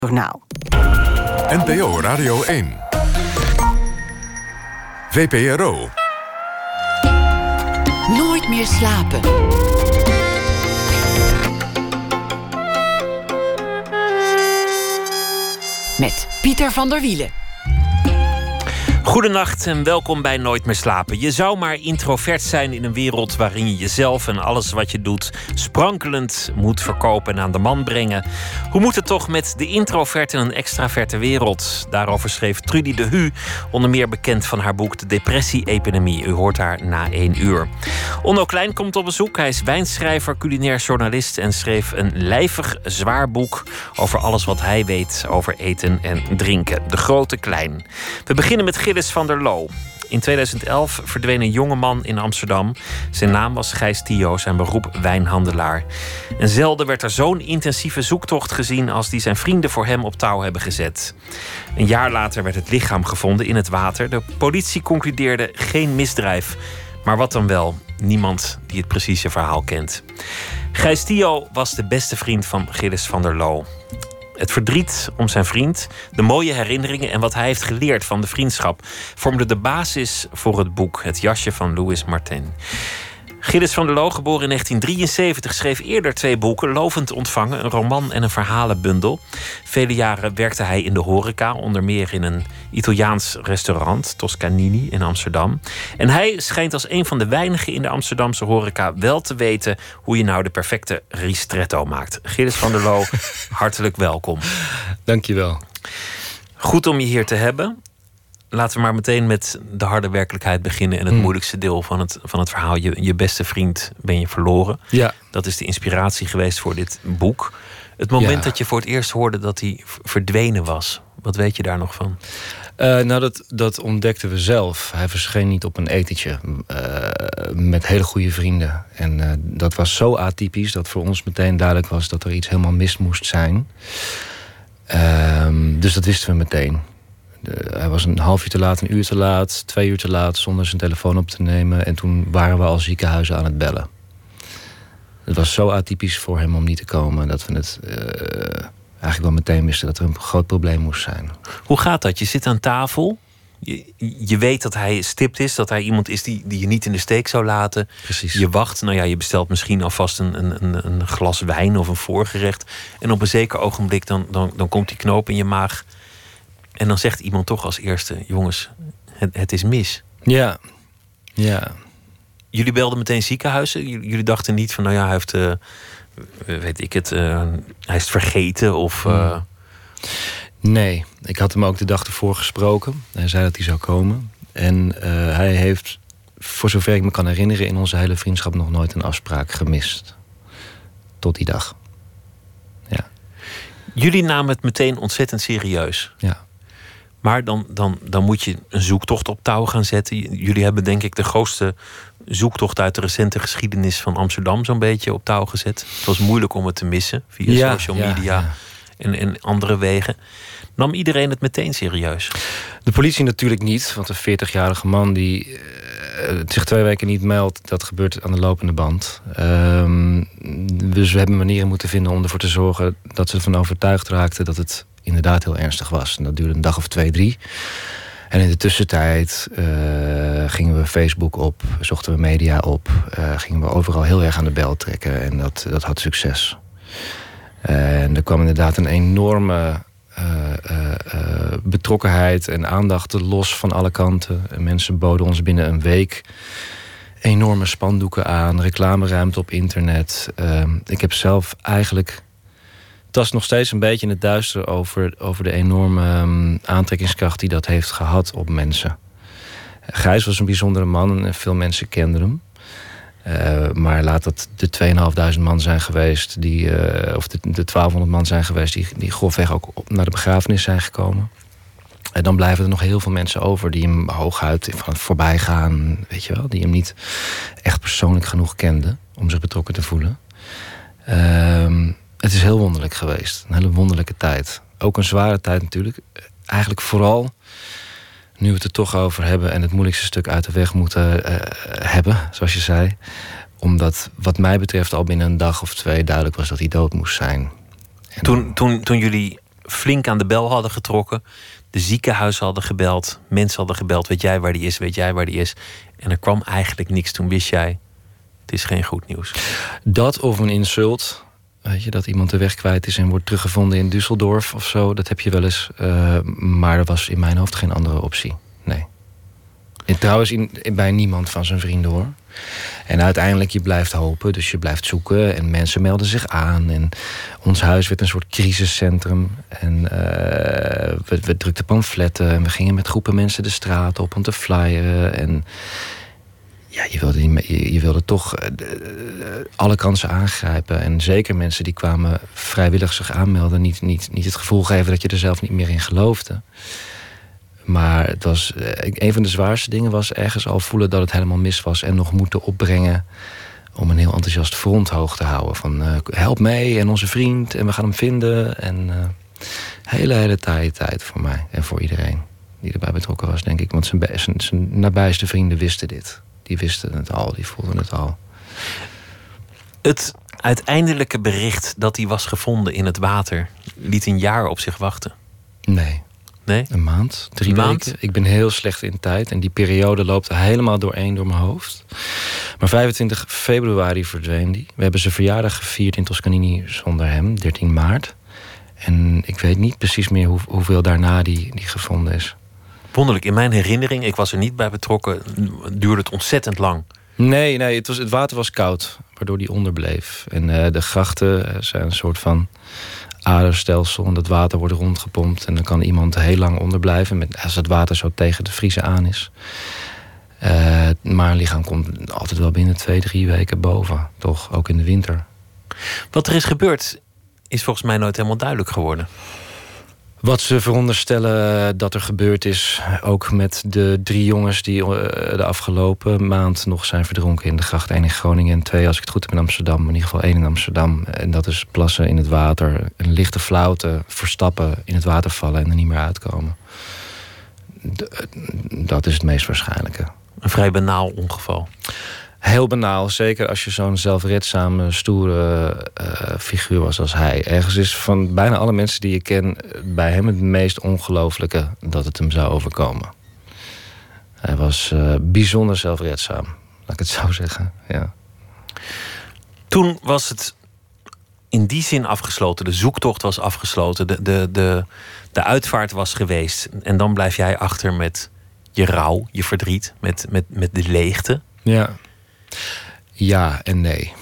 Journaal. NPO Radio 1. VPRO. Nooit meer slapen. Met Pieter van der Wielen. Goedenacht en welkom bij Nooit meer slapen. Je zou maar introvert zijn in een wereld waarin je jezelf en alles wat je doet sprankelend moet verkopen en aan de man brengen. Hoe moet het toch met de introvert in een extraverte wereld? Daarover schreef Trudy de Hu, onder meer bekend van haar boek De Depressie-epidemie. U hoort haar na 1 uur. Onno Klein komt op bezoek. Hij is wijnschrijver, culinair journalist en schreef een lijvig zwaar boek over alles wat hij weet over eten en drinken. De Grote Klein. We beginnen met Gilles van der Loo. In 2011 verdween een jonge man in Amsterdam. Zijn naam was Gijs Thio, zijn beroep wijnhandelaar. En zelden werd er zo'n intensieve zoektocht gezien als die zijn vrienden voor hem op touw hebben gezet. Een jaar later werd het lichaam gevonden in het water. De politie concludeerde geen misdrijf. Maar wat dan wel? Niemand die het precieze verhaal kent. Gijs Thio was de beste vriend van Gilles van der Loo. Het verdriet om zijn vriend, de mooie herinneringen en wat hij heeft geleerd van de vriendschap vormden de basis voor het boek Het jasje van Louis Martin. Gilles van der Loo, geboren in 1973, schreef eerder 2 boeken, Lovend ontvangen, een roman en een verhalenbundel. Vele jaren werkte hij in de horeca, onder meer in een Italiaans restaurant, Toscanini in Amsterdam. En hij schijnt als een van de weinigen in de Amsterdamse horeca wel te weten hoe je nou de perfecte ristretto maakt. Gilles van der Loo, hartelijk welkom. Dankjewel. Goed om je hier te hebben. Laten we maar meteen met de harde werkelijkheid beginnen en het moeilijkste deel van het verhaal. Je beste vriend ben je verloren. Ja. Dat is de inspiratie geweest voor dit boek. Het moment dat je voor het eerst hoorde dat hij verdwenen was. Wat weet je daar nog van? Dat ontdekten we zelf. Hij verscheen niet op een etentje met hele goede vrienden. En dat was zo atypisch dat voor ons meteen duidelijk was dat er iets helemaal mis moest zijn. Dus dat wisten we meteen. Hij was een half uur te laat, 1 uur te laat, 2 uur te laat, zonder zijn telefoon op te nemen. En toen waren we al ziekenhuizen aan het bellen. Het was zo atypisch voor hem om niet te komen dat we het eigenlijk wel meteen wisten dat er een groot probleem moest zijn. Hoe gaat dat? Je zit aan tafel. Je weet dat hij stipt is, dat hij iemand is die je niet in de steek zou laten. Precies. Je wacht, je bestelt misschien alvast een glas wijn of een voorgerecht. En op een zeker ogenblik dan komt die knoop in je maag. En dan zegt iemand toch als eerste: jongens, het is mis. Ja. Jullie belden meteen ziekenhuizen. Jullie dachten niet van, hij heeft, weet ik het, hij is vergeten of... Nee, ik had hem ook de dag ervoor gesproken. Hij zei dat hij zou komen. En hij heeft, voor zover ik me kan herinneren, in onze hele vriendschap nog nooit een afspraak gemist. Tot die dag. Ja. Jullie namen het meteen ontzettend serieus. Ja. Maar dan moet je een zoektocht op touw gaan zetten. Jullie hebben denk ik de grootste zoektocht uit de recente geschiedenis van Amsterdam zo'n beetje op touw gezet. Het was moeilijk om het te missen via social media en andere wegen. Nam iedereen het meteen serieus? De politie natuurlijk niet, want een 40-jarige man die zich 2 weken niet meldt, dat gebeurt aan de lopende band. Dus we hebben manieren moeten vinden om ervoor te zorgen dat ze ervan overtuigd raakten dat het inderdaad heel ernstig was. En dat duurde een dag of 2, 3. En in de tussentijd gingen we Facebook op, zochten we media op, gingen we overal heel erg aan de bel trekken. En dat had succes. En er kwam inderdaad een enorme betrokkenheid en aandacht los van alle kanten. En mensen boden ons binnen een week enorme spandoeken aan, reclameruimte op internet. Ik heb zelf eigenlijk... tast nog steeds een beetje in het duister over de enorme aantrekkingskracht die dat heeft gehad op mensen. Gijs was een bijzondere man en veel mensen kenden hem. Maar laat dat de 2.500 man zijn geweest, of de 1200 man zijn geweest, die grofweg ook naar de begrafenis zijn gekomen. En dan blijven er nog heel veel mensen over die hem hooguit van het voorbij gaan, weet je wel, die hem niet echt persoonlijk genoeg kenden om zich betrokken te voelen. Het is heel wonderlijk geweest. Een hele wonderlijke tijd. Ook een zware tijd natuurlijk. Eigenlijk vooral, nu we het er toch over hebben en het moeilijkste stuk uit de weg moeten hebben, zoals je zei. Omdat wat mij betreft al binnen een dag of 2 duidelijk was dat hij dood moest zijn. Toen jullie flink aan de bel hadden getrokken. De ziekenhuizen hadden gebeld. Mensen hadden gebeld. Weet jij waar die is? Weet jij waar die is? En er kwam eigenlijk niks. Toen wist jij, het is geen goed nieuws. Dat of een insult. Weet je, dat iemand de weg kwijt is en wordt teruggevonden in Düsseldorf of zo. Dat heb je wel eens. Maar er was in mijn hoofd geen andere optie. Nee. En trouwens bij niemand van zijn vrienden, hoor. En uiteindelijk, je blijft hopen, dus je blijft zoeken. En mensen melden zich aan. En ons huis werd een soort crisiscentrum. En we drukten pamfletten. En we gingen met groepen mensen de straat op om te flyeren. En ja, je wilde toch alle kansen aangrijpen. En zeker mensen die kwamen vrijwillig zich aanmelden. Niet het gevoel geven dat je er zelf niet meer in geloofde. Maar het was, een van de zwaarste dingen was ergens al voelen dat het helemaal mis was. En nog moeten opbrengen om een heel enthousiast front hoog te houden. Van help mee en onze vriend en we gaan hem vinden. En hele taaie tijd voor mij en voor iedereen die erbij betrokken was, denk ik. Want zijn nabijste vrienden wisten dit. Die wisten het al, die voelden het al. Het uiteindelijke bericht dat hij was gevonden in het water liet een jaar op zich wachten. Nee. Nee? Een maand, 3 weken. Ik ben heel slecht in tijd. En die periode loopt helemaal doorheen door mijn hoofd. Maar 25 februari verdween die. We hebben zijn verjaardag gevierd in Toscanini zonder hem, 13 maart. En ik weet niet precies meer hoeveel daarna die gevonden is. Wonderlijk, in mijn herinnering, ik was er niet bij betrokken, duurde het ontzettend lang. Nee, het water was koud, waardoor die onderbleef. En de grachten zijn een soort van aderstelsel. En dat water wordt rondgepompt. En dan kan iemand heel lang onderblijven als het water zo tegen de vriezen aan is. Maar een lichaam komt altijd wel binnen 2-3 weken boven. Toch, ook in de winter. Wat er is gebeurd is volgens mij nooit helemaal duidelijk geworden. Wat ze veronderstellen dat er gebeurd is, ook met de 3 jongens die de afgelopen maand nog zijn verdronken in de gracht. 1 in Groningen en 2, als ik het goed heb, in Amsterdam. In ieder geval 1 in Amsterdam. En dat is plassen in het water, een lichte flauwte, verstappen, in het water vallen en er niet meer uitkomen. Dat is het meest waarschijnlijke. Een vrij banaal ongeval. Heel banaal, zeker als je zo'n zelfredzame, stoere figuur was als hij. Ergens is van bijna alle mensen die ik ken bij hem het meest ongelooflijke dat het hem zou overkomen. Hij was bijzonder zelfredzaam, laat ik het zo zeggen. Ja. Toen was het in die zin afgesloten. De zoektocht was afgesloten. De uitvaart was geweest. En dan blijf jij achter met je rouw, je verdriet, met de leegte. Ja en nee.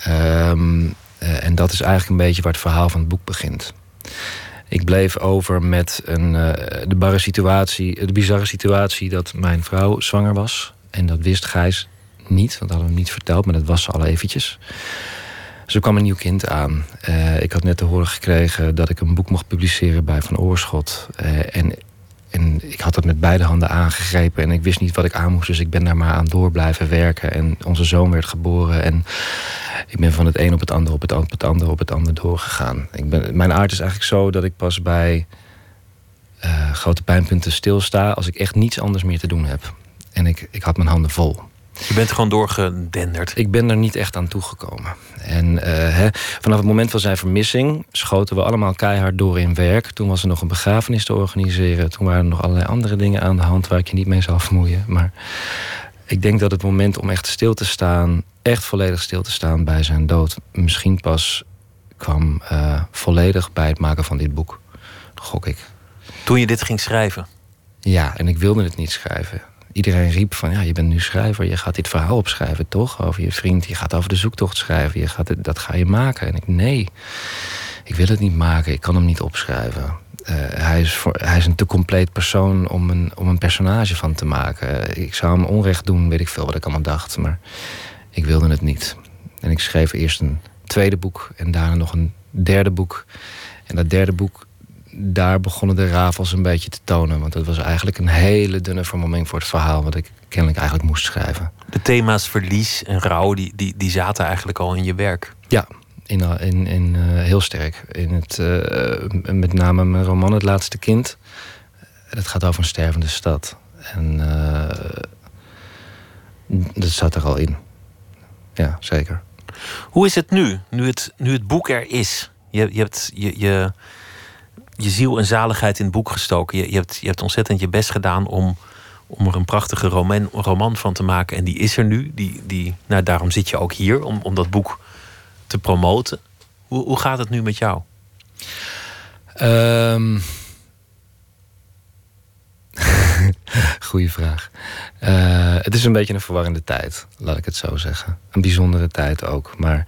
En dat is eigenlijk een beetje waar het verhaal van het boek begint. Ik bleef over met de bizarre situatie dat mijn vrouw zwanger was. En dat wist Gijs niet, want dat hadden we hem niet verteld, maar dat was ze al eventjes. Dus er kwam een nieuw kind aan. Ik had net te horen gekregen dat ik een boek mocht publiceren bij Van Oorschot. En ik had het met beide handen aangegrepen en ik wist niet wat ik aan moest. Dus ik ben daar maar aan door blijven werken. En onze zoon werd geboren. En ik ben van het een op het ander, op het ander doorgegaan. Mijn aard is eigenlijk zo dat ik pas bij grote pijnpunten stilsta als ik echt niets anders meer te doen heb. En ik had mijn handen vol. Je bent gewoon doorgedenderd. Ik ben er niet echt aan toegekomen. En vanaf het moment van zijn vermissing schoten we allemaal keihard door in werk. Toen was er nog een begrafenis te organiseren. Toen waren er nog allerlei andere dingen aan de hand waar ik je niet mee zal vermoeien. Maar ik denk dat het moment om echt stil te staan, echt volledig stil te staan bij zijn dood, misschien pas kwam volledig bij het maken van dit boek. Gok ik. Toen je dit ging schrijven? Ja, en ik wilde het niet schrijven. Iedereen riep van, ja, je bent nu schrijver, je gaat dit verhaal opschrijven, toch? Over je vriend, je gaat over de zoektocht schrijven, dat ga je maken. En nee, ik wil het niet maken, ik kan hem niet opschrijven. Hij is een te compleet persoon om een personage van te maken. Ik zou hem onrecht doen, weet ik veel wat ik allemaal dacht, maar ik wilde het niet. En ik schreef eerst een tweede boek en daarna nog een derde boek. En dat derde boek, daar begonnen de rafels een beetje te tonen. Want het was eigenlijk een hele dunne vermomming voor het verhaal wat ik kennelijk eigenlijk moest schrijven. De thema's verlies en rouw, die zaten eigenlijk al in je werk. Ja, heel sterk. Met name mijn roman Het Laatste Kind. Het gaat over een stervende stad. En dat zat er al in. Ja, zeker. Hoe is het nu het boek er is? Je je ziel en zaligheid in het boek gestoken. Je hebt ontzettend je best gedaan om er een prachtige roman van te maken. En die is er nu. Nou, daarom zit je ook hier, om dat boek te promoten. Hoe gaat het nu met jou? Goeie vraag. Het is een beetje een verwarrende tijd, laat ik het zo zeggen. Een bijzondere tijd ook. Maar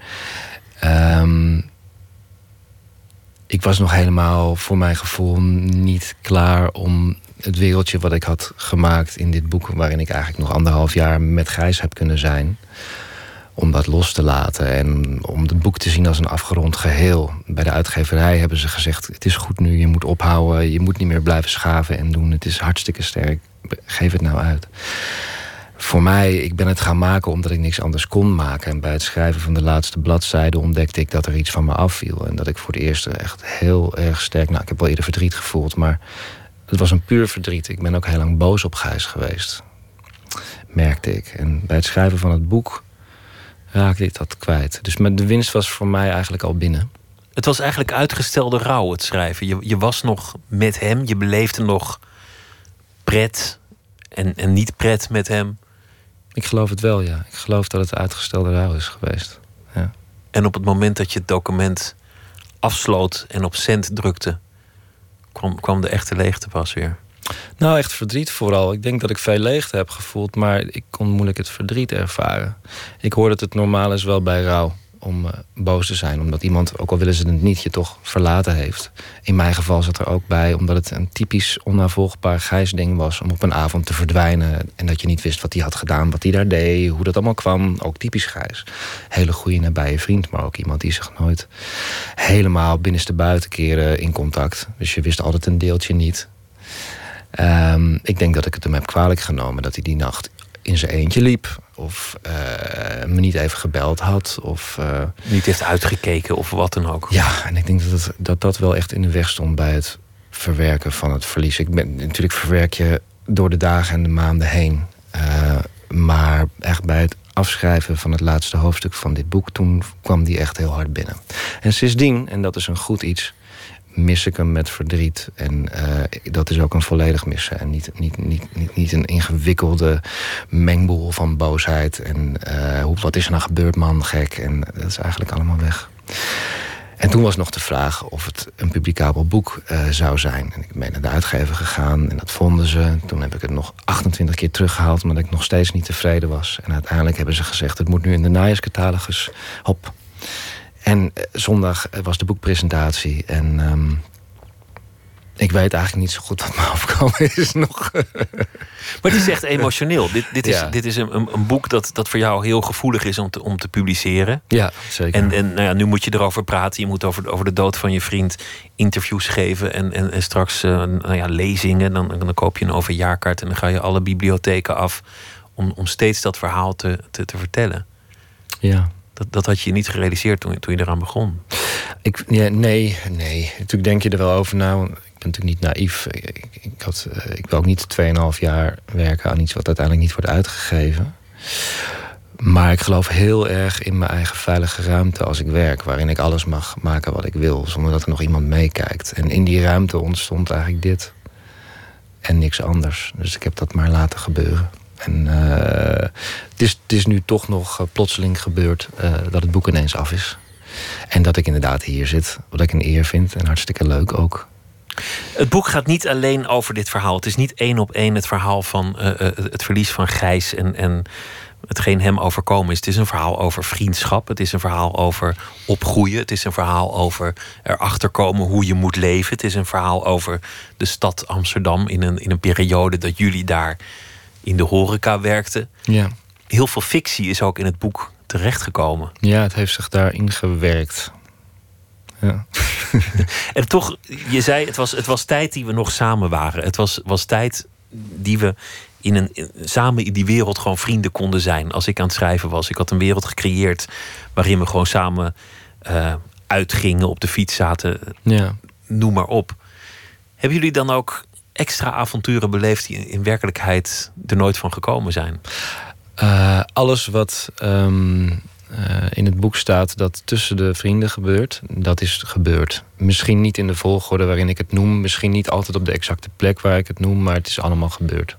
ik was nog helemaal, voor mijn gevoel, niet klaar om het wereldje wat ik had gemaakt in dit boek, waarin ik eigenlijk nog 1,5 jaar met Gijs heb kunnen zijn, om dat los te laten en om het boek te zien als een afgerond geheel. Bij de uitgeverij hebben ze gezegd: het is goed nu, je moet ophouden, je moet niet meer blijven schaven en doen. Het is hartstikke sterk, geef het nou uit. Voor mij, ik ben het gaan maken omdat ik niks anders kon maken. En bij het schrijven van de laatste bladzijde ontdekte ik dat er iets van me afviel. En dat ik voor de eerste echt heel erg sterk, ik heb wel eerder verdriet gevoeld, maar het was een puur verdriet. Ik ben ook heel lang boos op Gijs geweest, merkte ik. En bij het schrijven van het boek raakte ik dat kwijt. Dus de winst was voor mij eigenlijk al binnen. Het was eigenlijk uitgestelde rouw, het schrijven. Je was nog met hem, je beleefde nog pret en niet pret met hem. Ik geloof het wel, ja. Ik geloof dat het uitgestelde rouw is geweest. Ja. En op het moment dat je het document afsloot en op cent drukte, kwam de echte leegte pas weer. Nou, echt verdriet vooral. Ik denk dat ik veel leegte heb gevoeld, maar ik kon moeilijk het verdriet ervaren. Ik hoor dat het normaal is wel bij rouw om boos te zijn, omdat iemand, ook al willen ze het niet, je toch verlaten heeft. In mijn geval zat er ook bij, omdat het een typisch onnavolgbaar Gijs-ding was om op een avond te verdwijnen en dat je niet wist wat hij had gedaan, wat hij daar deed, hoe dat allemaal kwam. Ook typisch Gijs. Hele goede nabije vriend, maar ook iemand die zich nooit helemaal binnenstebuiten keren in contact. Dus je wist altijd een deeltje niet. Ik denk dat ik het hem heb kwalijk genomen dat hij die nacht in zijn eentje liep. Of me niet even gebeld had. Of niet heeft uitgekeken of wat dan ook. Ja, en ik denk dat wel echt in de weg stond bij het verwerken van het verlies. Natuurlijk verwerk je door de dagen en de maanden heen. Maar echt bij het afschrijven van het laatste hoofdstuk van dit boek, toen kwam die echt heel hard binnen. En sindsdien, en dat is een goed iets, mis ik hem met verdriet. En dat is ook een volledig missen. En niet een ingewikkelde mengboel van boosheid. En wat is er nou gebeurd, man, gek. En dat is eigenlijk allemaal weg. En toen was nog de vraag of het een publicabel boek zou zijn. En ik ben naar de uitgever gegaan en dat vonden ze. Toen heb ik het nog 28 keer teruggehaald, omdat ik nog steeds niet tevreden was. En uiteindelijk hebben ze gezegd: het moet nu in de najaarscatalogus. Hop. En zondag was de boekpresentatie. En ik weet eigenlijk niet zo goed wat me afgekomen is nog. Maar het is echt emotioneel. Dit is een boek dat voor jou heel gevoelig is om te publiceren. Ja, zeker. En nou ja, nu moet je erover praten. Je moet over de dood van je vriend interviews geven. En straks lezingen. Dan koop je een overjaarkaart en dan ga je alle bibliotheken af om steeds dat verhaal te vertellen. Ja. Dat had je niet gerealiseerd toen je eraan begon. Nee. Natuurlijk denk je er wel over na. Ik ben natuurlijk niet naïef. Ik wil ook niet 2,5 jaar werken aan iets wat uiteindelijk niet wordt uitgegeven. Maar ik geloof heel erg in mijn eigen veilige ruimte als ik werk, waarin ik alles mag maken wat ik wil, zonder dat er nog iemand meekijkt. En in die ruimte ontstond eigenlijk dit. En niks anders. Dus ik heb dat maar laten gebeuren. En het is nu toch nog plotseling gebeurd dat het boek ineens af is. En dat ik inderdaad hier zit, wat ik een eer vind en hartstikke leuk ook. Het boek gaat niet alleen over dit verhaal. Het is niet 1 op 1 het verhaal van het verlies van Gijs en hetgeen hem overkomen is. Het is een verhaal over vriendschap. Het is een verhaal over opgroeien. Het is een verhaal over erachter komen hoe je moet leven. Het is een verhaal over de stad Amsterdam in een periode dat jullie daar in de horeca werkten. Ja. Heel veel fictie is ook in het boek terechtgekomen. Ja, het heeft zich daarin gewerkt. Ja. En toch, je zei, het was tijd die we nog samen waren. Het was tijd die we samen in die wereld gewoon vrienden konden zijn. Als ik aan het schrijven was. Ik had een wereld gecreëerd waarin we gewoon samen uitgingen, op de fiets zaten. Ja. Noem maar op. Hebben jullie dan ook extra avonturen beleefd die in werkelijkheid er nooit van gekomen zijn? Alles wat in het boek staat dat tussen de vrienden gebeurt, dat is gebeurd. Misschien niet in de volgorde waarin ik het noem, misschien niet altijd op de exacte plek waar ik het noem, maar het is allemaal gebeurd.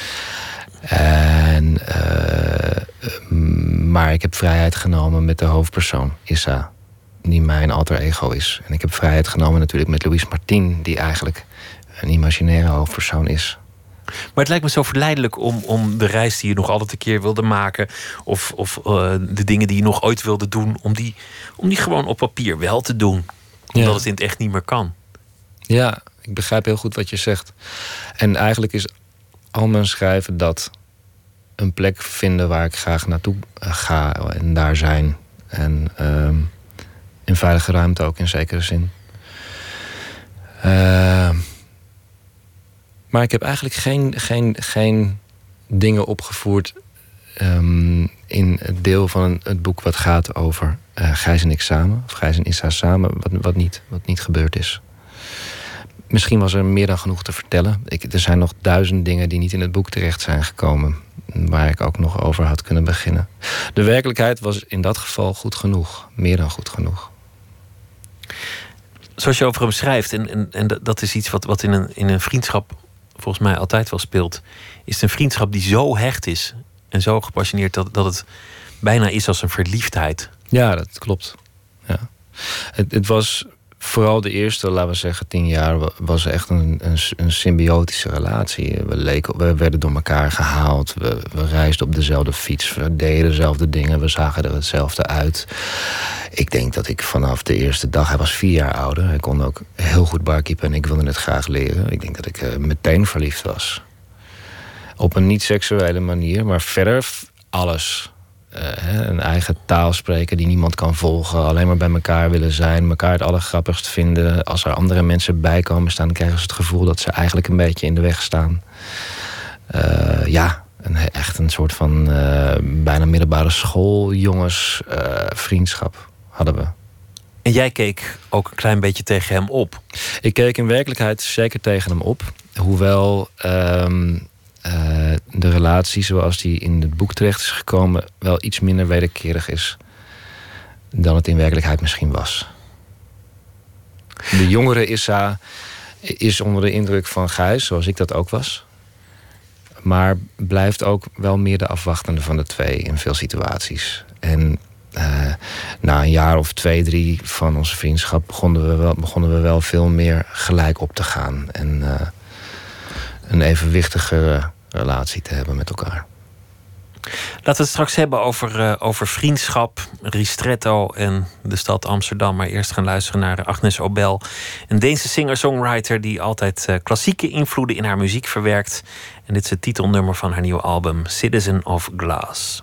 Maar ik heb vrijheid genomen met de hoofdpersoon, Issa, die mijn alter ego is. En ik heb vrijheid genomen natuurlijk met Louise Martin, die eigenlijk een imaginaire hoofdpersoon is. Maar het lijkt me zo verleidelijk om de reis die je nog altijd een keer wilde maken, of de dingen die je nog ooit wilde doen, om die gewoon op papier wel te doen. Omdat het in het echt niet meer kan. Ja, ik begrijp heel goed wat je zegt. En eigenlijk is al mijn schrijven dat een plek vinden waar ik graag naartoe ga en daar zijn. En in veilige ruimte ook in zekere zin. Maar ik heb eigenlijk geen dingen opgevoerd in het deel van het boek wat gaat over Gijs en ik samen. Of Gijs en Issa samen, wat niet gebeurd is. Misschien was er meer dan genoeg te vertellen. Er zijn nog 1000 dingen die niet in het boek terecht zijn gekomen, waar ik ook nog over had kunnen beginnen. De werkelijkheid was in dat geval goed genoeg. Meer dan goed genoeg. Zoals je over hem schrijft, en dat is iets wat in een vriendschap volgens mij altijd wel speelt, is het een vriendschap die zo hecht is en zo gepassioneerd dat het bijna is als een verliefdheid. Ja, dat klopt. Ja. Het was vooral de eerste, laten we zeggen, 10 jaar was echt een symbiotische relatie. We werden door elkaar gehaald. We reisden op dezelfde fiets. We deden dezelfde dingen. We zagen er hetzelfde uit. Ik denk dat ik vanaf de eerste dag... Hij was 4 jaar ouder. Hij kon ook heel goed barkeepen en ik wilde het graag leren. Ik denk dat ik meteen verliefd was. Op een niet-seksuele manier, maar verder alles. Een eigen taal spreken die niemand kan volgen. Alleen maar bij elkaar willen zijn. Elkaar het allergrappigst vinden. Als er andere mensen bij komen staan, dan krijgen ze het gevoel dat ze eigenlijk een beetje in de weg staan. Echt een soort van bijna middelbare schooljongens vriendschap hadden we. En jij keek ook een klein beetje tegen hem op. Ik keek in werkelijkheid zeker tegen hem op. Hoewel de relatie zoals die in het boek terecht is gekomen wel iets minder wederkerig is dan het in werkelijkheid misschien was. De jongere Issa is onder de indruk van Gijs, zoals ik dat ook was. Maar blijft ook wel meer de afwachtende van de twee in veel situaties. En na een jaar of 2, 3 van onze vriendschap begonnen we wel veel meer gelijk op te gaan. En een evenwichtigere relatie te hebben met elkaar. Laten we het straks hebben over vriendschap, ristretto en de stad Amsterdam. Maar eerst gaan luisteren naar Agnes Obel. Een Deense singer-songwriter die altijd klassieke invloeden in haar muziek verwerkt. En dit is het titelnummer van haar nieuwe album Citizen of Glass.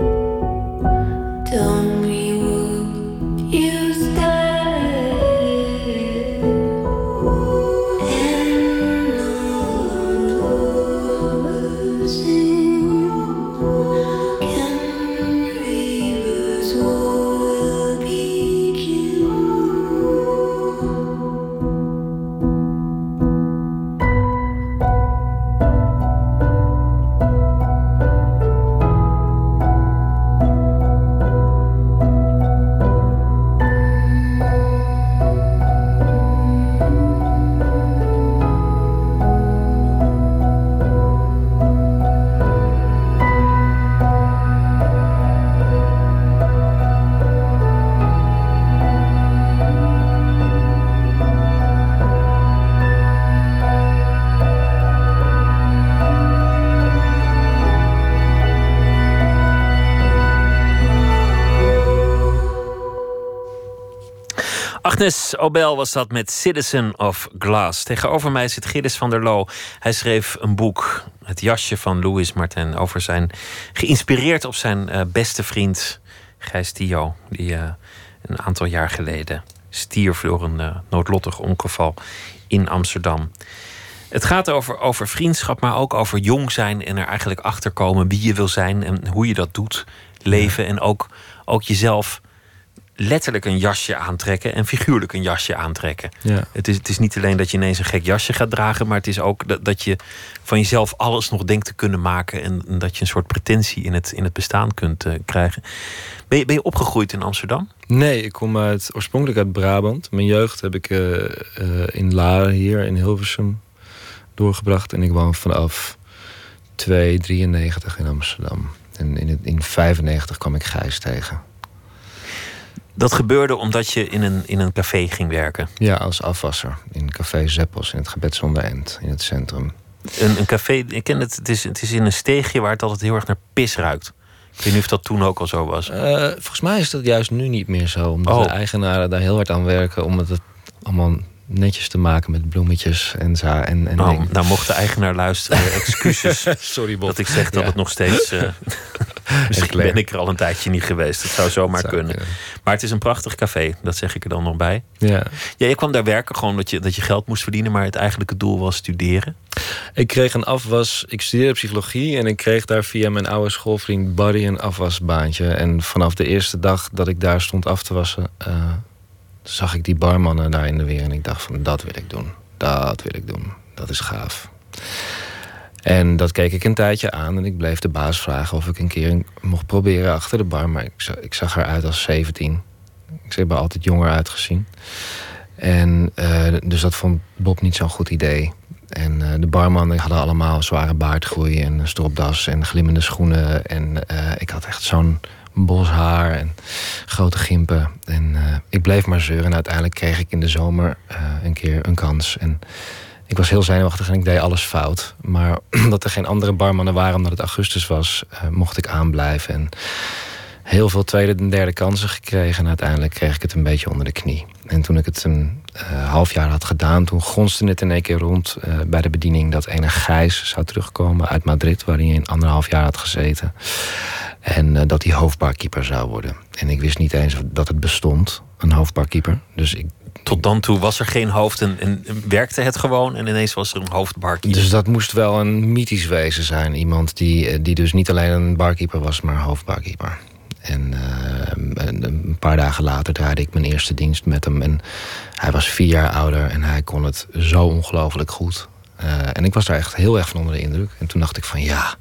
Tell me, will you stay? Agnes Obel was dat met Citizen of Glass. Tegenover mij zit Gilles van der Loo. Hij schreef een boek, Het jasje van Louis Martin, geïnspireerd op zijn beste vriend Gijs Thio, die een aantal jaar geleden stierf door een noodlottig ongeval in Amsterdam. Het gaat over vriendschap, maar ook over jong zijn en er eigenlijk achter komen wie je wil zijn en hoe je dat doet. Leven en ook jezelf letterlijk een jasje aantrekken en figuurlijk een jasje aantrekken. Ja. Het is niet alleen dat je ineens een gek jasje gaat dragen, maar het is ook dat je van jezelf alles nog denkt te kunnen maken en dat je een soort pretentie in het bestaan kunt krijgen. Ben je opgegroeid in Amsterdam? Nee, ik kom oorspronkelijk uit Brabant. Mijn jeugd heb ik in Laren hier in Hilversum doorgebracht en ik woon vanaf 1993 in Amsterdam. En in 1995 kwam ik Gijs tegen. Dat gebeurde omdat je in een café ging werken? Ja, als afwasser. In café Zeppels in het Gebed zonder End, in het centrum. Een café, ik ken het is in een steegje waar het altijd heel erg naar pis ruikt. Ik weet niet of dat toen ook al zo was. Volgens mij is dat juist nu niet meer zo. Omdat de eigenaren daar heel hard aan werken om het allemaal netjes te maken met bloemetjes en dingen. Nou mocht de eigenaar luisteren. Excuses. Sorry, Bob. Dat ik zeg dat het nog steeds... misschien ben ik er al een tijdje niet geweest. Dat zou zomaar kunnen. Maar het is een prachtig café. Dat zeg ik er dan nog bij. Ja, je kwam daar werken gewoon dat je geld moest verdienen. Maar het eigenlijke doel was studeren. Ik kreeg ik studeerde psychologie. En ik kreeg daar via mijn oude schoolvriend Barry een afwasbaantje. En vanaf de eerste dag dat ik daar stond af te wassen, zag ik die barmannen daar in de weer. En ik dacht van, dat wil ik doen. Dat wil ik doen. Dat is gaaf. En dat keek ik een tijdje aan. En ik bleef de baas vragen of ik een keer mocht proberen achter de bar. Maar ik zag eruit als 17. Ik heb er altijd jonger uitgezien. En dus dat vond Bob niet zo'n goed idee. En de barmannen hadden allemaal zware baardgroei en een stropdas en glimmende schoenen. En ik had echt zo'n bos haar en grote gimpen. En ik bleef maar zeuren. En uiteindelijk kreeg ik in de zomer een keer een kans. En ik was heel zenuwachtig en ik deed alles fout. Maar omdat er geen andere barmannen waren omdat het augustus was, mocht ik aanblijven. En heel veel tweede en derde kansen gekregen. En uiteindelijk kreeg ik het een beetje onder de knie. En toen ik het een half jaar had gedaan, toen gonste het in één keer rond bij de bediening dat ene Gijs zou terugkomen uit Madrid, waar hij in 1,5 jaar had gezeten. En dat hij hoofdbarkeeper zou worden. En ik wist niet eens dat het bestond, een hoofdbarkeeper. Dus tot dan toe was er geen hoofd en werkte het gewoon. En ineens was er een hoofdbarkeeper. Dus dat moest wel een mythisch wezen zijn. Iemand die dus niet alleen een barkeeper was, maar hoofdbarkeeper. En een paar dagen later draaide ik mijn eerste dienst met hem. En hij was 4 jaar ouder en hij kon het zo ongelooflijk goed. En ik was daar echt heel erg van onder de indruk. En toen dacht ik van ja,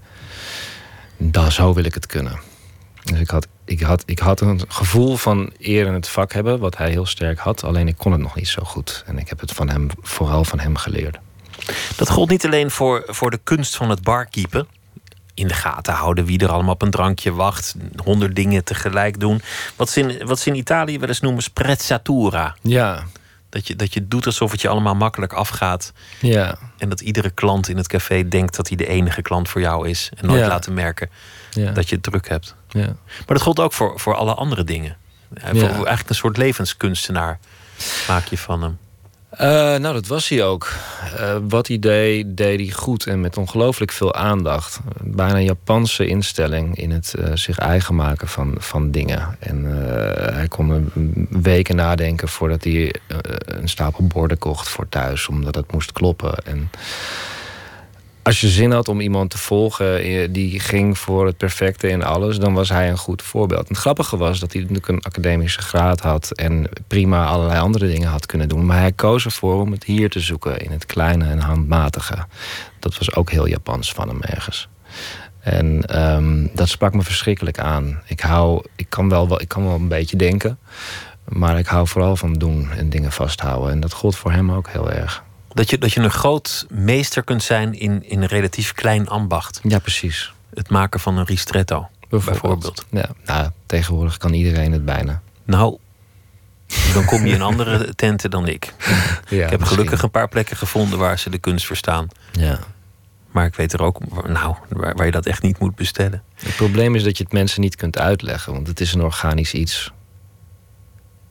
zo wil ik het kunnen. Dus ik had een gevoel van eer in het vak hebben, wat hij heel sterk had. Alleen ik kon het nog niet zo goed. En ik heb het vooral van hem geleerd. Dat gold niet alleen voor de kunst van het barkeepen. In de gaten houden wie er allemaal op een drankje wacht. 100 dingen tegelijk doen. Wat ze in Italië wel eens noemen sprezzatura. Ja. Dat je doet alsof het je allemaal makkelijk afgaat. Ja. En dat iedere klant in het café denkt dat hij de enige klant voor jou is. En nooit laten merken dat je het druk hebt. Ja. Maar dat geldt ook voor alle andere dingen. Eigenlijk een soort levenskunstenaar maak je van hem. Nou, dat was hij ook. Wat hij deed hij goed en met ongelooflijk veel aandacht. Bijna een Japanse instelling in het zich eigen maken van dingen. En hij kon weken nadenken voordat hij een stapel borden kocht voor thuis, omdat het moest kloppen. En als je zin had om iemand te volgen die ging voor het perfecte in alles, dan was hij een goed voorbeeld. En het grappige was dat hij natuurlijk een academische graad had en prima allerlei andere dingen had kunnen doen. Maar hij koos ervoor om het hier te zoeken, in het kleine en handmatige. Dat was ook heel Japans van hem ergens. En dat sprak me verschrikkelijk aan. Ik kan wel een beetje denken, maar ik hou vooral van doen en dingen vasthouden. En dat gold voor hem ook heel erg. Dat je een groot meester kunt zijn in een relatief klein ambacht. Ja, precies. Het maken van een ristretto, bijvoorbeeld. Ja, nou, tegenwoordig kan iedereen het bijna. Nou, dan kom je in andere tenten dan ik. Ja, ik heb gelukkig een paar plekken gevonden waar ze de kunst verstaan. Ja. Maar ik weet er ook waar je dat echt niet moet bestellen. Het probleem is dat je het mensen niet kunt uitleggen, want het is een organisch iets.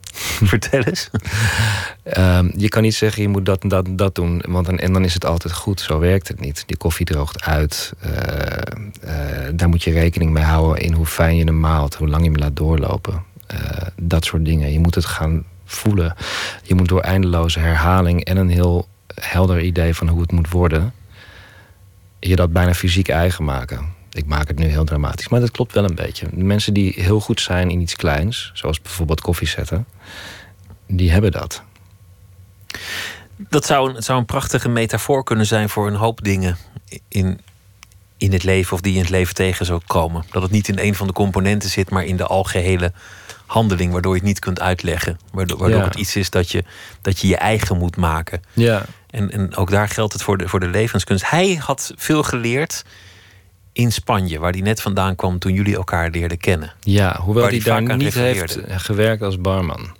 Vertel eens. Je kan niet zeggen, je moet dat en dat doen. En dan is het altijd goed. Zo werkt het niet. Die koffie droogt uit. Daar moet je rekening mee houden in hoe fijn je hem maalt. Hoe lang je hem laat doorlopen. Dat soort dingen. Je moet het gaan voelen. Je moet door eindeloze herhaling en een heel helder idee van hoe het moet worden, je dat bijna fysiek eigen maken. Ik maak het nu heel dramatisch, maar dat klopt wel een beetje. De mensen die heel goed zijn in iets kleins, zoals bijvoorbeeld koffie zetten, die hebben dat. Het zou een prachtige metafoor kunnen zijn voor een hoop dingen in het leven, of die je in het leven tegen zou komen. Dat het niet in een van de componenten zit, maar in de algehele handeling, waardoor je het niet kunt uitleggen. Waardoor het iets is dat je eigen moet maken. Ja. En ook daar geldt het voor de levenskunst. Hij had veel geleerd in Spanje, waar hij net vandaan kwam toen jullie elkaar leerden kennen. Ja, hoewel hij daar niet refereerde. heeft gewerkt als barman.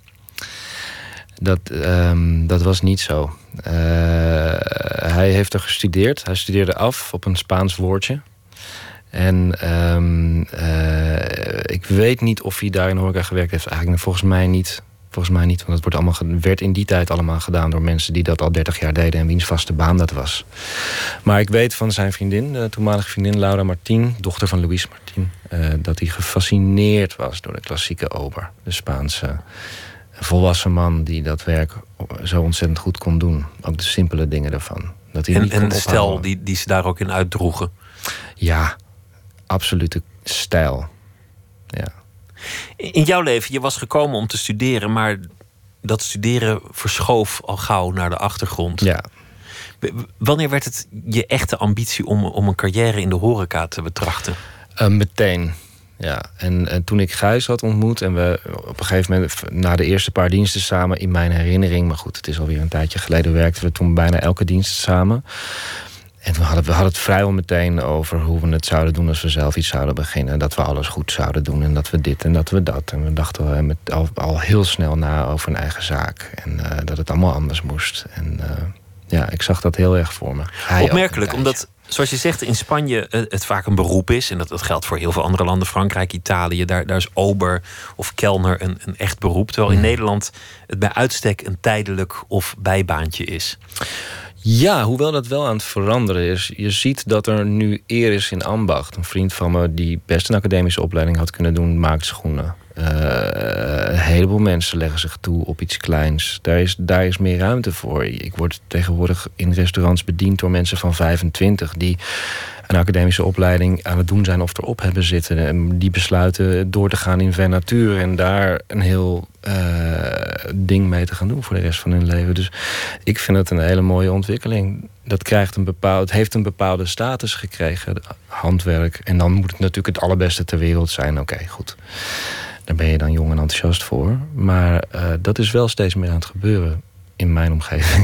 Dat was niet zo. Hij heeft er gestudeerd. Hij studeerde af op een Spaans woordje. En ik weet niet of hij daar in horeca gewerkt heeft. Eigenlijk volgens mij niet. Want het werd in die tijd allemaal gedaan door mensen die dat al 30 jaar deden en wiens vaste baan dat was. Maar ik weet van zijn vriendin, de toenmalige vriendin Laura Martín, dochter van Luis Martín, dat hij gefascineerd was door de klassieke ober. De Spaanse volwassen man die dat werk zo ontzettend goed kon doen. Ook de simpele dingen daarvan. Dat hij en de stijl die ze daar ook in uitdroegen. Ja, absolute stijl. Ja. In jouw leven, je was gekomen om te studeren, maar dat studeren verschoof al gauw naar de achtergrond. Ja. Wanneer werd het je echte ambitie om een carrière in de horeca te betrachten? Meteen. Ja, en toen ik Gijs had ontmoet en we op een gegeven moment na de eerste paar diensten samen, in mijn herinnering, maar goed, het is alweer een tijdje geleden, werkten we toen bijna elke dienst samen. En we hadden het vrijwel meteen over hoe we het zouden doen als we zelf iets zouden beginnen. Dat we alles goed zouden doen en dat we dit en dat we dat. En we dachten al heel snel na over een eigen zaak. En dat het allemaal anders moest. En ik zag dat heel erg voor me. Opmerkelijk, omdat, zoals je zegt, in Spanje het vaak een beroep is. En dat geldt voor heel veel andere landen. Frankrijk, Italië, daar is ober of kelner een echt beroep. Terwijl in Nederland het bij uitstek een tijdelijk of bijbaantje is. Ja, hoewel dat wel aan het veranderen is. Je ziet dat er nu eer is in ambacht. Een vriend van me die best een academische opleiding had kunnen doen, maakt schoenen. Een heleboel mensen leggen zich toe op iets kleins. Daar is meer ruimte voor. Ik word tegenwoordig in restaurants bediend door mensen van 25... die een academische opleiding aan het doen zijn of erop hebben zitten. En die besluiten door te gaan in vernatuur en daar een heel ding mee te gaan doen voor de rest van hun leven. Dus ik vind het een hele mooie ontwikkeling. Dat heeft een bepaalde status gekregen, handwerk. En dan moet het natuurlijk het allerbeste ter wereld zijn. Oké, goed. Daar ben je dan jong en enthousiast voor. Maar dat is wel steeds meer aan het gebeuren in mijn omgeving.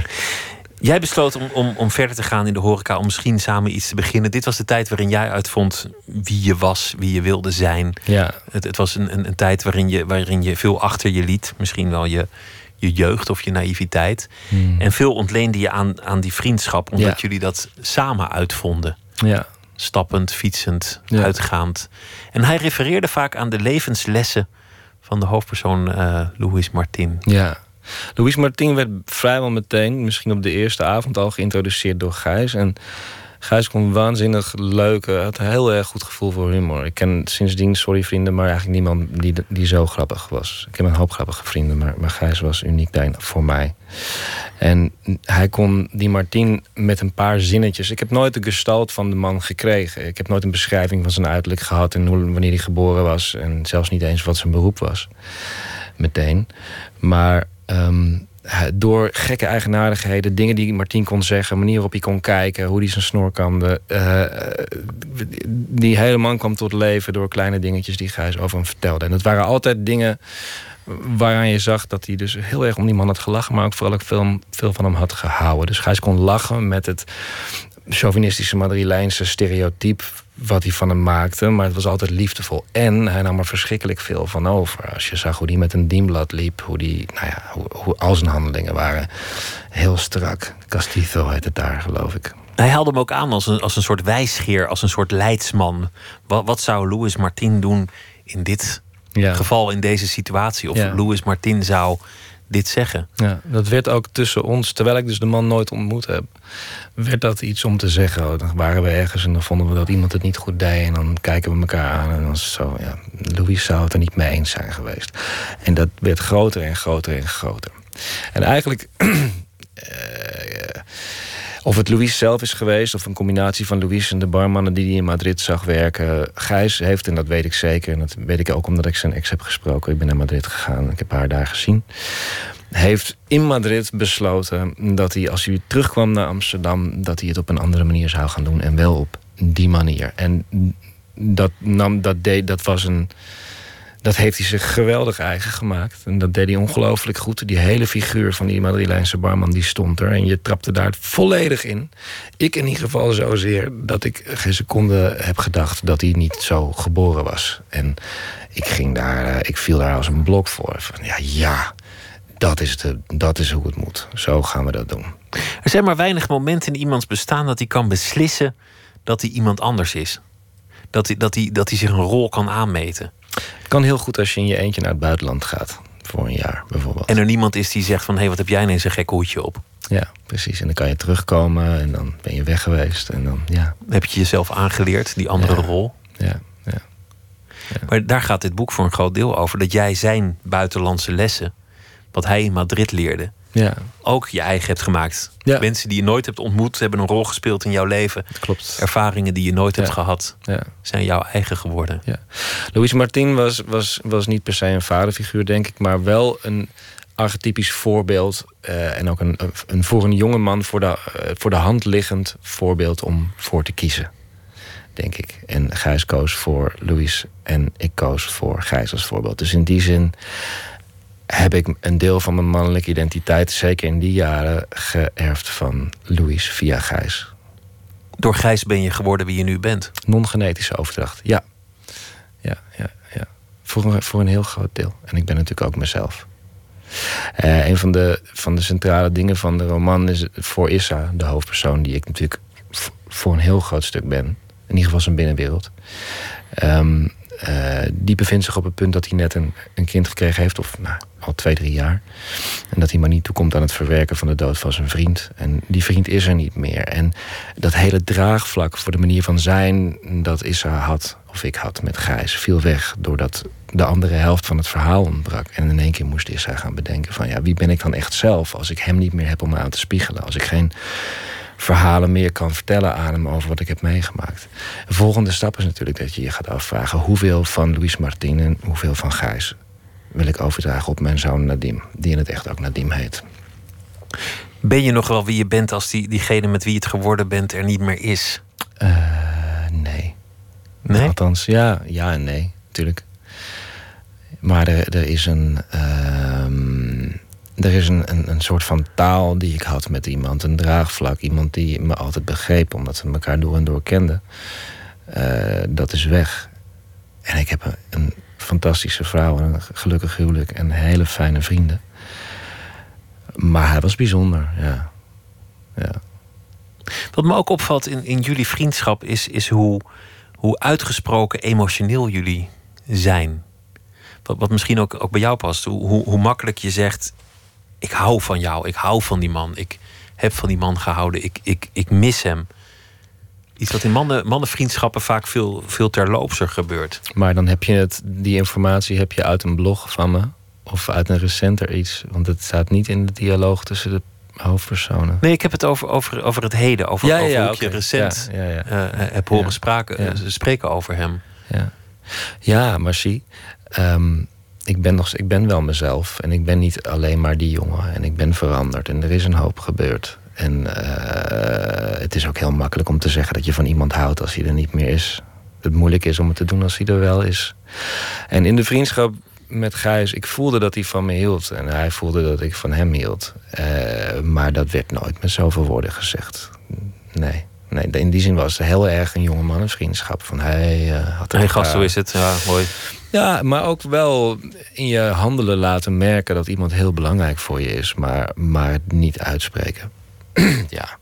Jij besloot om verder te gaan in de horeca, om misschien samen iets te beginnen. Dit was de tijd waarin jij uitvond wie je was, wie je wilde zijn. Ja. Het was een tijd waarin je veel achter je liet. Misschien wel je jeugd of je naïviteit. En veel ontleende je aan die vriendschap, omdat jullie dat samen uitvonden. Ja. Stappend, fietsend, uitgaand. En hij refereerde vaak aan de levenslessen van de hoofdpersoon Luis Martín. Ja. Luis Martín werd vrijwel meteen, misschien op de eerste avond al, geïntroduceerd door Gijs. En Gijs kon waanzinnig leuk, had een heel erg goed gevoel voor humor. Ik ken sindsdien, sorry vrienden, maar eigenlijk niemand die zo grappig was. Ik heb een hoop grappige vrienden, maar Gijs was uniek voor mij. En hij kon die Martín met een paar zinnetjes. Ik heb nooit de gestalt van de man gekregen. Ik heb nooit een beschrijving van zijn uiterlijk gehad en wanneer hij geboren was. En zelfs niet eens wat zijn beroep was. Meteen. Maar door gekke eigenaardigheden, dingen die Martín kon zeggen, manier waarop hij kon kijken, hoe hij zijn snor kamde. Die hele man kwam tot leven door kleine dingetjes die Gijs over hem vertelde. En dat waren altijd dingen waaraan je zag dat hij dus heel erg om die man had gelachen, maar ook vooral ook veel van hem had gehouden. Dus Gijs kon lachen met het chauvinistische Madrileense stereotype wat hij van hem maakte, maar het was altijd liefdevol. En hij nam er verschrikkelijk veel van over. Als je zag hoe hij met een dienblad liep, hoe al zijn handelingen waren heel strak. Castizo heet het daar, geloof ik. Hij haalde hem ook aan als een soort wijsgeer, als een soort leidsman. Wat zou Luis Martín doen in dit geval in deze situatie. Of Louis Martin zou dit zeggen. Ja, dat werd ook tussen ons, terwijl ik dus de man nooit ontmoet heb, werd dat iets om te zeggen. Dan waren we ergens en dan vonden we dat iemand het niet goed deed. En dan kijken we elkaar aan en dan is het zo, Louis zou het er niet mee eens zijn geweest. En dat werd groter en groter en groter. En eigenlijk, of het Louis zelf is geweest, of een combinatie van Louis en de barmannen die hij in Madrid zag werken. Gijs heeft, en dat weet ik zeker, en dat weet ik ook omdat ik zijn ex heb gesproken. Ik ben naar Madrid gegaan, ik heb haar daar gezien. Heeft in Madrid besloten dat hij, als hij terugkwam naar Amsterdam, dat hij het op een andere manier zou gaan doen. En wel op die manier. En dat heeft hij zich geweldig eigen gemaakt. En dat deed hij ongelooflijk goed. Die hele figuur van die Madrileinse barman, die stond er. En je trapte daar volledig in. Ik in ieder geval zozeer dat ik geen seconde heb gedacht dat hij niet zo geboren was. En ik viel daar als een blok voor. Van, dat is hoe het moet. Zo gaan we dat doen. Er zijn maar weinig momenten in iemands bestaan dat hij kan beslissen dat hij iemand anders is. Dat hij zich een rol kan aanmeten. Het kan heel goed als je in je eentje naar het buitenland gaat. Voor een jaar bijvoorbeeld. En er niemand is die zegt van, hé, wat heb jij ineens een gek hoedje op? Ja, precies. En dan kan je terugkomen en dan ben je weg geweest. En dan, heb je jezelf aangeleerd, die andere rol? Ja. Maar daar gaat dit boek voor een groot deel over. Dat jij zijn buitenlandse lessen, wat hij in Madrid leerde, ook je eigen hebt gemaakt. Ja. Mensen die je nooit hebt ontmoet, hebben een rol gespeeld in jouw leven. Klopt. Ervaringen die je nooit hebt gehad, zijn jouw eigen geworden. Ja. Louis Martin was niet per se een vaderfiguur, denk ik, maar wel een archetypisch voorbeeld. En ook een voor een jonge man voor de hand liggend voorbeeld om voor te kiezen, denk ik. En Gijs koos voor Louis en ik koos voor Gijs als voorbeeld. Dus in die zin heb ik een deel van mijn mannelijke identiteit, zeker in die jaren, geërfd van Louis via Gijs. Door Gijs ben je geworden wie je nu bent? Non-genetische overdracht, ja. Voor een heel groot deel. En ik ben natuurlijk ook mezelf. Een van de centrale dingen van de roman is voor Issa, de hoofdpersoon, die ik natuurlijk voor een heel groot stuk ben. In ieder geval zijn binnenwereld. Die bevindt zich op het punt dat hij net een kind gekregen heeft, of al 2-3 jaar. En dat hij maar niet toekomt aan het verwerken van de dood van zijn vriend. En die vriend is er niet meer. En dat hele draagvlak voor de manier van zijn dat Issa had, of ik had met Gijs, viel weg doordat de andere helft van het verhaal ontbrak. En in één keer moest Issa gaan bedenken van, wie ben ik dan echt zelf als ik hem niet meer heb om me aan te spiegelen, als ik geen verhalen meer kan vertellen aan hem over wat ik heb meegemaakt. De volgende stap is natuurlijk dat je je gaat afvragen, hoeveel van Louis Martin en hoeveel van Gijs wil ik overdragen op mijn zoon Nadim, die in het echt ook Nadim heet. Ben je nog wel wie je bent als diegene met wie je het geworden bent er niet meer is? Nee. Nee? Althans, ja en nee, natuurlijk. Maar er is een soort van taal die ik had met iemand. Een draagvlak. Iemand die me altijd begreep, omdat we elkaar door en door kenden. Dat is weg. En ik heb een fantastische vrouw, een gelukkig huwelijk en hele fijne vrienden. Maar hij was bijzonder, ja. Wat me ook opvalt in jullie vriendschap is hoe uitgesproken emotioneel jullie zijn. Wat misschien ook bij jou past. Hoe makkelijk je zegt, ik hou van jou, ik hou van die man, ik heb van die man gehouden, ik mis hem. Iets wat in mannenvriendschappen vaak veel terloopser gebeurt. Maar dan heb je die informatie heb je uit een blog van me of uit een recenter iets, want het staat niet in de dialoog tussen de hoofdpersonen. Nee, ik heb het over het heden, over hoe je recent heb horen spreken over hem. Ja, maar zie, ik ben wel mezelf en ik ben niet alleen maar die jongen en ik ben veranderd en er is een hoop gebeurd. En het is ook heel makkelijk om te zeggen dat je van iemand houdt als hij er niet meer is. Het moeilijk is om het te doen als hij er wel is. En in de vriendschap met Gijs, ik voelde dat hij van me hield en hij voelde dat ik van hem hield. Maar dat werd nooit met zoveel woorden gezegd. Nee, in die zin was het heel erg een jonge mannenvriendschap. Van gast, zo is het. Ja, mooi. Ja, maar ook wel in je handelen laten merken dat iemand heel belangrijk voor je is, maar het niet uitspreken.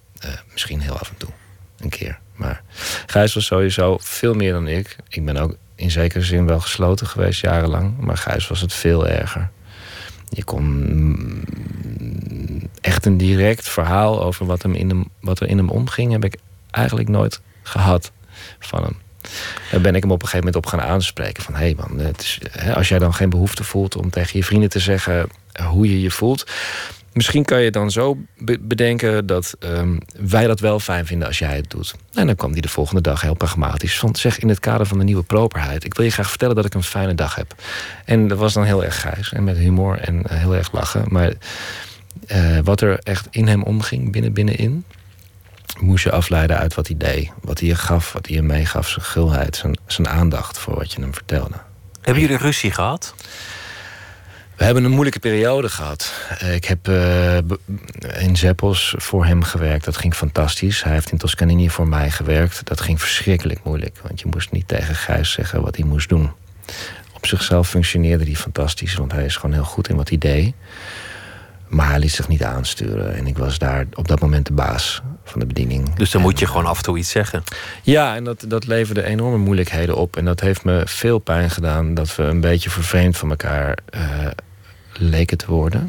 Misschien heel af en toe. Een keer. Maar Gijs was sowieso veel meer dan ik. Ik ben ook in zekere zin wel gesloten geweest jarenlang. Maar Gijs was het veel erger. Je kon echt een direct verhaal over wat er in hem omging, heb ik eigenlijk nooit gehad van hem. Daar ben ik hem op een gegeven moment op gaan aanspreken. Van hé man, als jij dan geen behoefte voelt om tegen je vrienden te zeggen hoe je je voelt, misschien kan je dan zo bedenken dat wij dat wel fijn vinden als jij het doet. En dan kwam hij de volgende dag heel pragmatisch van, zeg, in het kader van de nieuwe properheid, ik wil je graag vertellen dat ik een fijne dag heb. En dat was dan heel erg Gijs en met humor en heel erg lachen. Maar wat er echt in hem omging, binnenin, moest je afleiden uit wat hij deed. Wat hij je gaf, wat hij je meegaf, zijn gulheid, zijn aandacht voor wat je hem vertelde. Hebben jullie ruzie gehad? We hebben een moeilijke periode gehad. Ik heb in Zeppels voor hem gewerkt. Dat ging fantastisch. Hij heeft in Toscanini voor mij gewerkt. Dat ging verschrikkelijk moeilijk. Want je moest niet tegen Gijs zeggen wat hij moest doen. Op zichzelf functioneerde hij fantastisch. Want hij is gewoon heel goed in wat hij deed. Maar hij liet zich niet aansturen. En ik was daar op dat moment de baas van de bediening. Dus dan moet je gewoon af en toe iets zeggen. Ja, en dat leverde enorme moeilijkheden op. En dat heeft me veel pijn gedaan. Dat we een beetje vervreemd van elkaar leken te worden.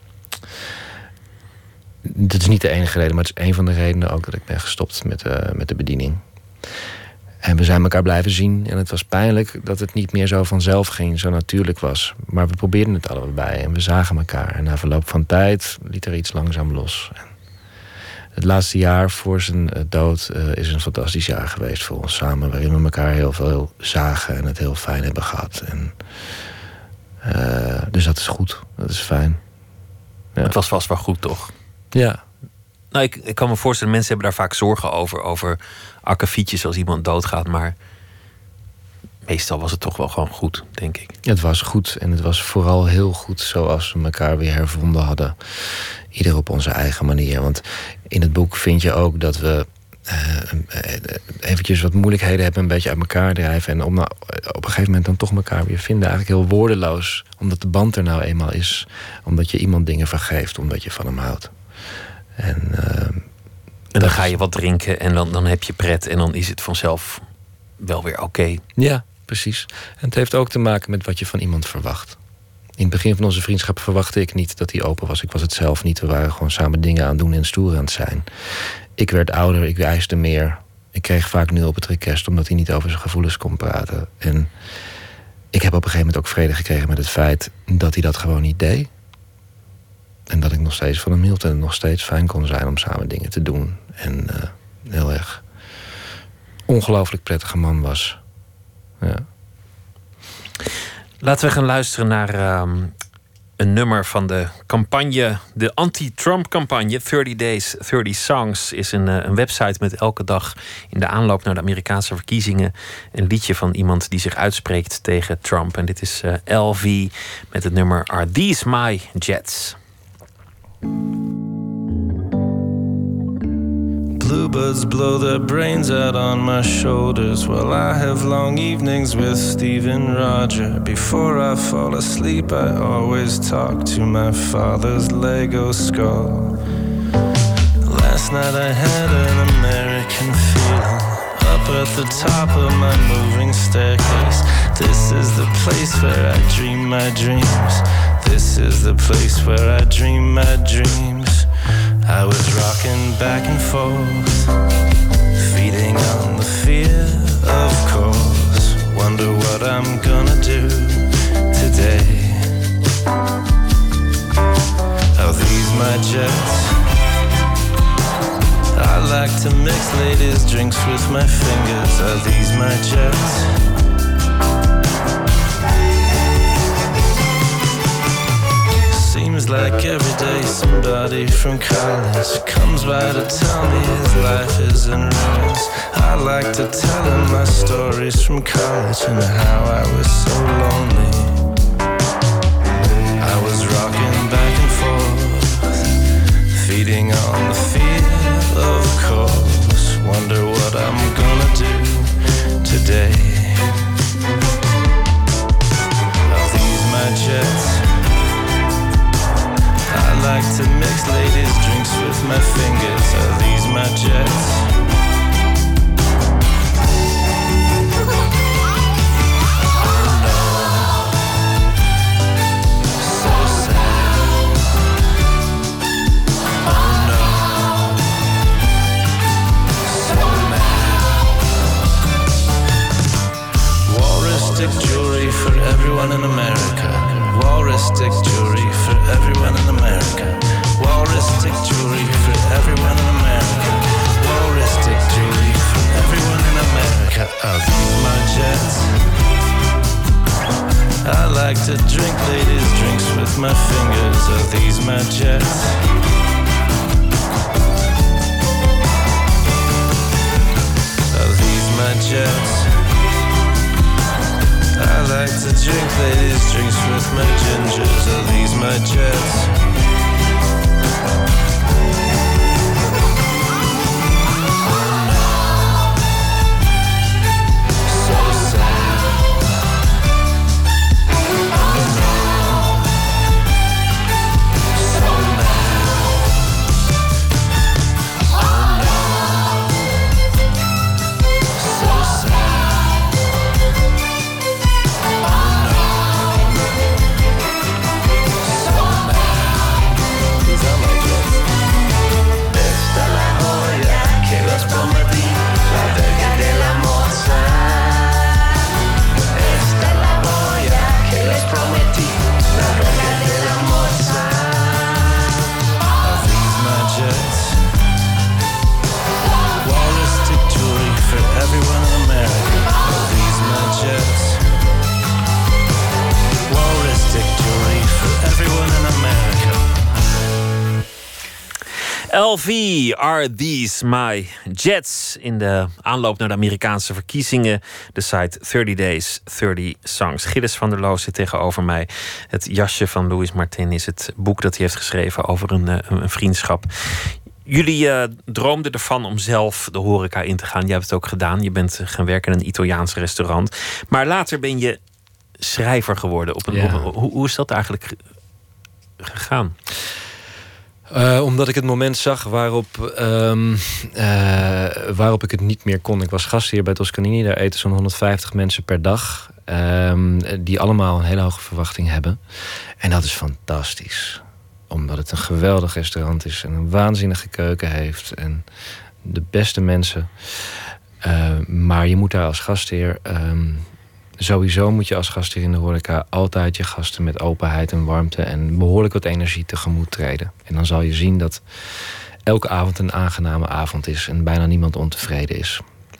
Dat is niet de enige reden, maar het is een van de redenen ook dat ik ben gestopt met de bediening. En we zijn elkaar blijven zien. En het was pijnlijk dat het niet meer zo vanzelf ging, zo natuurlijk was. Maar we probeerden het allebei en we zagen elkaar. En na verloop van tijd liet er iets langzaam los. En het laatste jaar voor zijn dood is een fantastisch jaar geweest voor ons samen. Waarin we elkaar heel veel zagen en het heel fijn hebben gehad. En, dus dat is goed, dat is fijn. Ja. Het was vast wel goed, toch? Ja. Nou, ik kan me voorstellen, mensen hebben daar vaak zorgen over akkefietjes als iemand doodgaat. Maar meestal was het toch wel gewoon goed, denk ik. Het was goed en het was vooral heel goed zoals we elkaar weer hervonden hadden. Ieder op onze eigen manier. Want in het boek vind je ook dat we eventjes wat moeilijkheden hebben, een beetje uit elkaar drijven. En om op een gegeven moment dan toch elkaar weer vinden. Eigenlijk heel woordeloos. Omdat de band er nou eenmaal is. Omdat je iemand dingen vergeeft, omdat je van hem houdt. En dan ga je wat drinken en dan heb je pret. En dan is het vanzelf wel weer oké. Ja, precies. En het heeft ook te maken met wat je van iemand verwacht. In het begin van onze vriendschap verwachtte ik niet dat hij open was. Ik was het zelf niet. We waren gewoon samen dingen aan het doen en stoer aan het zijn. Ik werd ouder, ik eiste meer. Ik kreeg vaak 0 op het request, omdat hij niet over zijn gevoelens kon praten. En ik heb op een gegeven moment ook vrede gekregen met het feit dat hij dat gewoon niet deed. En dat ik nog steeds van hem hield en het nog steeds fijn kon zijn om samen dingen te doen. En heel erg ongelooflijk prettige man was. Ja. Laten we gaan luisteren naar een nummer van de campagne, de anti-Trump-campagne. 30 Days, 30 Songs is een website met elke dag in de aanloop naar de Amerikaanse verkiezingen een liedje van iemand die zich uitspreekt tegen Trump. En dit is LV met het nummer Are These My Jets? Bluebirds blow their brains out on my shoulders while I have long evenings with Steve and Roger. Before I fall asleep, I always talk to my father's Lego skull. Last night I had an American feeling up at the top of my moving staircase. This is the place where I dream my dreams. This is the place where I dream my dreams. I was rocking back and forth, feeding on the fear, of course. Wonder what I'm gonna do today. Are these my jets? I like to mix ladies' drinks with my fingers. Are these my jets? Seems like every day somebody from college comes by to tell me his life is in ruins. I like to tell him my stories from college and how I was so lonely. I was rocking back and forth, feeding on the fear, of course. Wonder what I'm gonna do today. Are these my jets? I like to mix ladies' drinks with my fingers. Are these my jets? everyone in America. Walrus-stick jewelry for everyone in America. Walrus-stick jewelry for everyone in America. Walrus-stick jewelry for everyone in America. Are these my jets? I like to drink ladies' drinks with my fingers. Are these my jets? Are these my jets? I like to drink ladies' drinks with my gingers. Are these my jets? LV, Are These My Jets? In de aanloop naar de Amerikaanse verkiezingen. De site 30 Days, 30 Songs. Gilles van der Loos zit tegenover mij. Het jasje van Louis Martin is het boek dat hij heeft geschreven over een vriendschap. Jullie droomden ervan om zelf de horeca in te gaan. Jij hebt het ook gedaan. Je bent gaan werken in een Italiaans restaurant. Maar later ben je schrijver geworden. Hoe is dat eigenlijk gegaan? Omdat ik het moment zag waarop ik het niet meer kon. Ik was gastheer bij Toscanini. Daar eten zo'n 150 mensen per dag. Die allemaal een hele hoge verwachting hebben. En dat is fantastisch. Omdat het een geweldig restaurant is. En een waanzinnige keuken heeft. En de beste mensen. Maar je moet daar als gastheer... Sowieso moet je als gastheer in de horeca altijd je gasten met openheid en warmte en behoorlijk wat energie tegemoet treden. En dan zal je zien dat elke avond een aangename avond is en bijna niemand ontevreden is.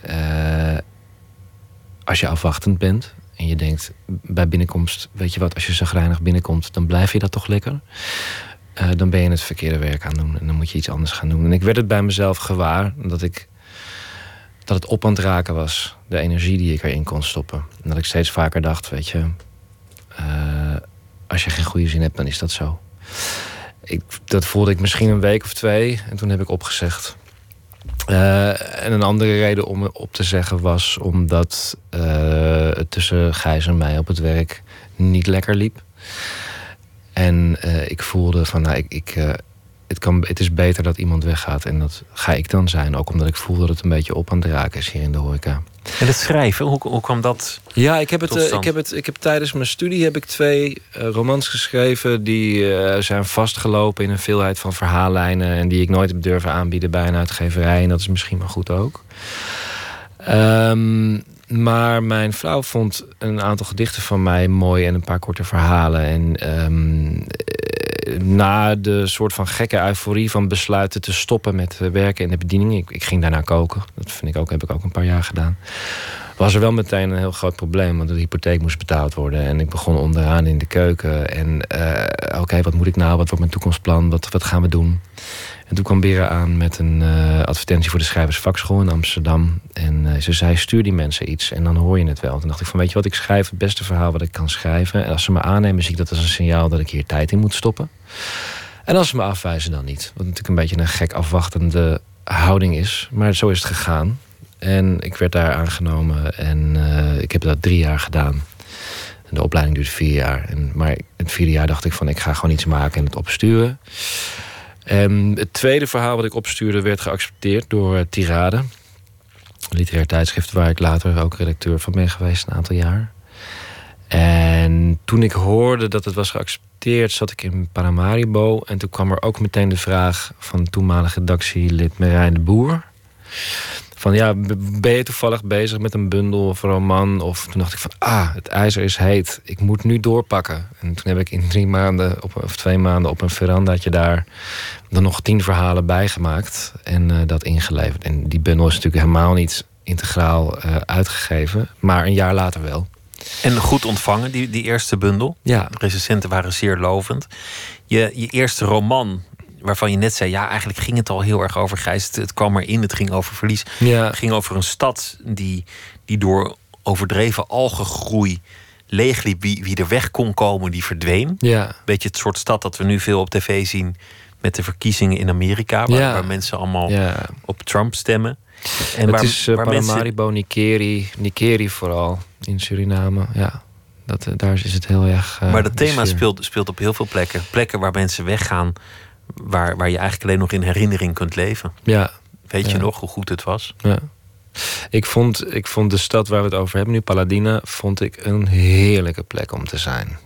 Als je afwachtend bent en je denkt bij binnenkomst, weet je wat, als je chagrijnig binnenkomt, dan blijf je dat toch lekker. Dan ben je het verkeerde werk aan doen en dan moet je iets anders gaan doen. En ik werd het bij mezelf gewaar dat het op aan het raken was. De energie die ik erin kon stoppen. En dat ik steeds vaker dacht, weet je... als je geen goede zin hebt, dan is dat zo. Dat voelde ik misschien een week of 2. En toen heb ik opgezegd. En een andere reden om op te zeggen was... omdat het tussen Gijs en mij op het werk niet lekker liep. En ik voelde van... Het is beter dat iemand weggaat en dat ga ik dan zijn. Ook omdat ik voel dat het een beetje op aan het raken is hier in de horeca. En het schrijven, hoe kwam dat? Ja, ik heb tijdens mijn studie 2 romans geschreven. Die zijn vastgelopen in een veelheid van verhaallijnen. En die ik nooit heb durven aanbieden bij een uitgeverij. En dat is misschien wel goed ook. Maar mijn vrouw vond een aantal gedichten van mij mooi en een paar korte verhalen. En na de soort van gekke euforie van besluiten te stoppen met werken in de bediening. Ik ging daarna koken. Dat heb ik ook een paar jaar gedaan. Was er wel meteen een heel groot probleem. Want de hypotheek moest betaald worden. En ik begon onderaan in de keuken. En oké, wat moet ik nou? Wat wordt mijn toekomstplan? Wat gaan we doen? En toen kwam Bera aan met een advertentie voor de schrijversvakschool in Amsterdam. En ze zei, stuur die mensen iets en dan hoor je het wel. Toen dacht ik van, weet je wat, ik schrijf het beste verhaal wat ik kan schrijven. En als ze me aannemen, zie ik dat als een signaal dat ik hier tijd in moet stoppen. En als ze me afwijzen, dan niet. Wat natuurlijk een beetje een gek afwachtende houding is. Maar zo is het gegaan. En ik werd daar aangenomen en ik heb dat 3 jaar gedaan. En de opleiding duurde 4 jaar. Maar in het 4e jaar dacht ik van, ik ga gewoon iets maken en het opsturen. En het tweede verhaal wat ik opstuurde werd geaccepteerd door Tirade. Een literair tijdschrift waar ik later ook redacteur van ben geweest een aantal jaar. En toen ik hoorde dat het was geaccepteerd, zat ik in Paramaribo. En toen kwam er ook meteen de vraag van toenmalig redactielid Marijn de Boer. van ja, ben je toevallig bezig met een bundel of een roman? Of toen dacht ik van, het ijzer is heet. Ik moet nu doorpakken. En toen heb ik in 3 maanden of 2 maanden op een verandaatje daar dan nog 10 verhalen bijgemaakt. En dat ingeleverd. En die bundel is natuurlijk helemaal niet integraal uitgegeven. Maar een jaar later wel. En goed ontvangen, die eerste bundel. Ja. De recensenten waren zeer lovend. Je eerste roman, waarvan je net zei, ja, eigenlijk ging het al heel erg over Gijs. Het kwam erin, het ging over verlies. Ja. Het ging over een stad die door overdreven algengroei leegliep. Wie er weg kon komen, die verdween. Ja. Beetje het soort stad dat we nu veel op tv zien met de verkiezingen in Amerika. Waar mensen allemaal op Trump stemmen. En het is Paramaribo, Nikeri vooral, in Suriname. Ja, daar is het heel erg... maar dat thema speelt op heel veel plekken. Plekken waar mensen weggaan, waar je eigenlijk alleen nog in herinnering kunt leven. Ja. Weet je nog hoe goed het was? Ja. Ik vond de stad waar we het over hebben nu, Paladina, vond ik een heerlijke plek om te zijn.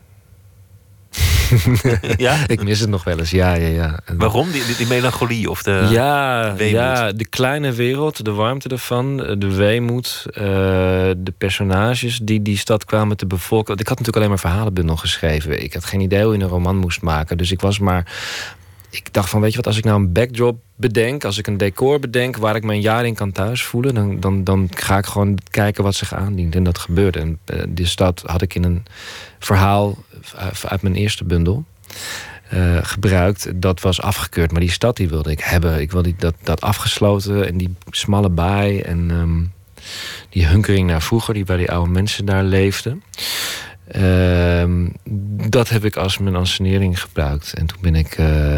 Ja? Ik mis het nog wel eens, ja. Waarom? Die melancholie of de weemoed? Ja, de kleine wereld, de warmte ervan, de weemoed, de personages die stad kwamen te bevolken. Want ik had natuurlijk alleen maar verhalenbundel geschreven. Ik had geen idee hoe je een roman moest maken. Dus ik dacht van, weet je wat, als ik nou een backdrop bedenk, als ik een decor bedenk waar ik me een jaar in kan thuis voelen, dan ga ik gewoon kijken wat zich aandient. En dat gebeurde. En die stad had ik in een verhaal uit mijn eerste bundel gebruikt. Dat was afgekeurd, maar die stad die wilde ik hebben. Ik wilde dat afgesloten en die smalle baai en die hunkering naar vroeger, waar die oude mensen daar leefden. Dat heb ik als mijn ansenering gebruikt. En toen ben ik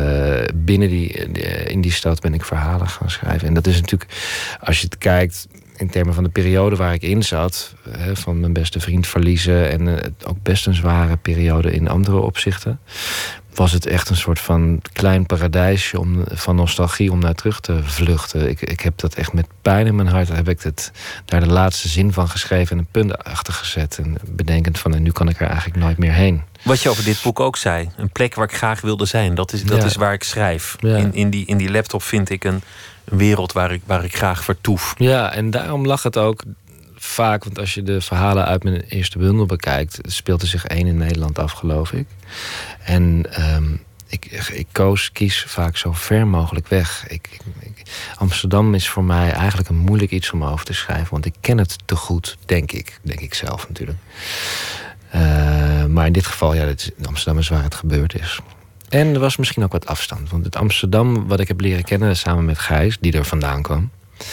in die stad ben ik verhalen gaan schrijven. En dat is natuurlijk, als je het kijkt in termen van de periode waar ik in zat, van mijn beste vriend verliezen en ook best een zware periode in andere opzichten, was het echt een soort van klein paradijsje van nostalgie om naar terug te vluchten. Ik heb dat echt met pijn in mijn hart, heb ik daar de laatste zin van geschreven en een punt achter gezet. En bedenkend van, en nu kan ik er eigenlijk nooit meer heen. Wat je over dit boek ook zei, een plek waar ik graag wilde zijn. Dat is waar ik schrijf. Ja. In die laptop vind ik een wereld waar ik graag vertoef. Ja, en daarom lag het ook vaak, want als je de verhalen uit mijn eerste bundel bekijkt, speelt er zich 1 in Nederland af, geloof ik. En ik kies vaak zo ver mogelijk weg. Amsterdam is voor mij eigenlijk een moeilijk iets om over te schrijven, want ik ken het te goed, denk ik zelf natuurlijk. Maar in dit geval, Amsterdam is waar het gebeurd is. En er was misschien ook wat afstand. Want het Amsterdam wat ik heb leren kennen samen met Gijs, die er vandaan kwam,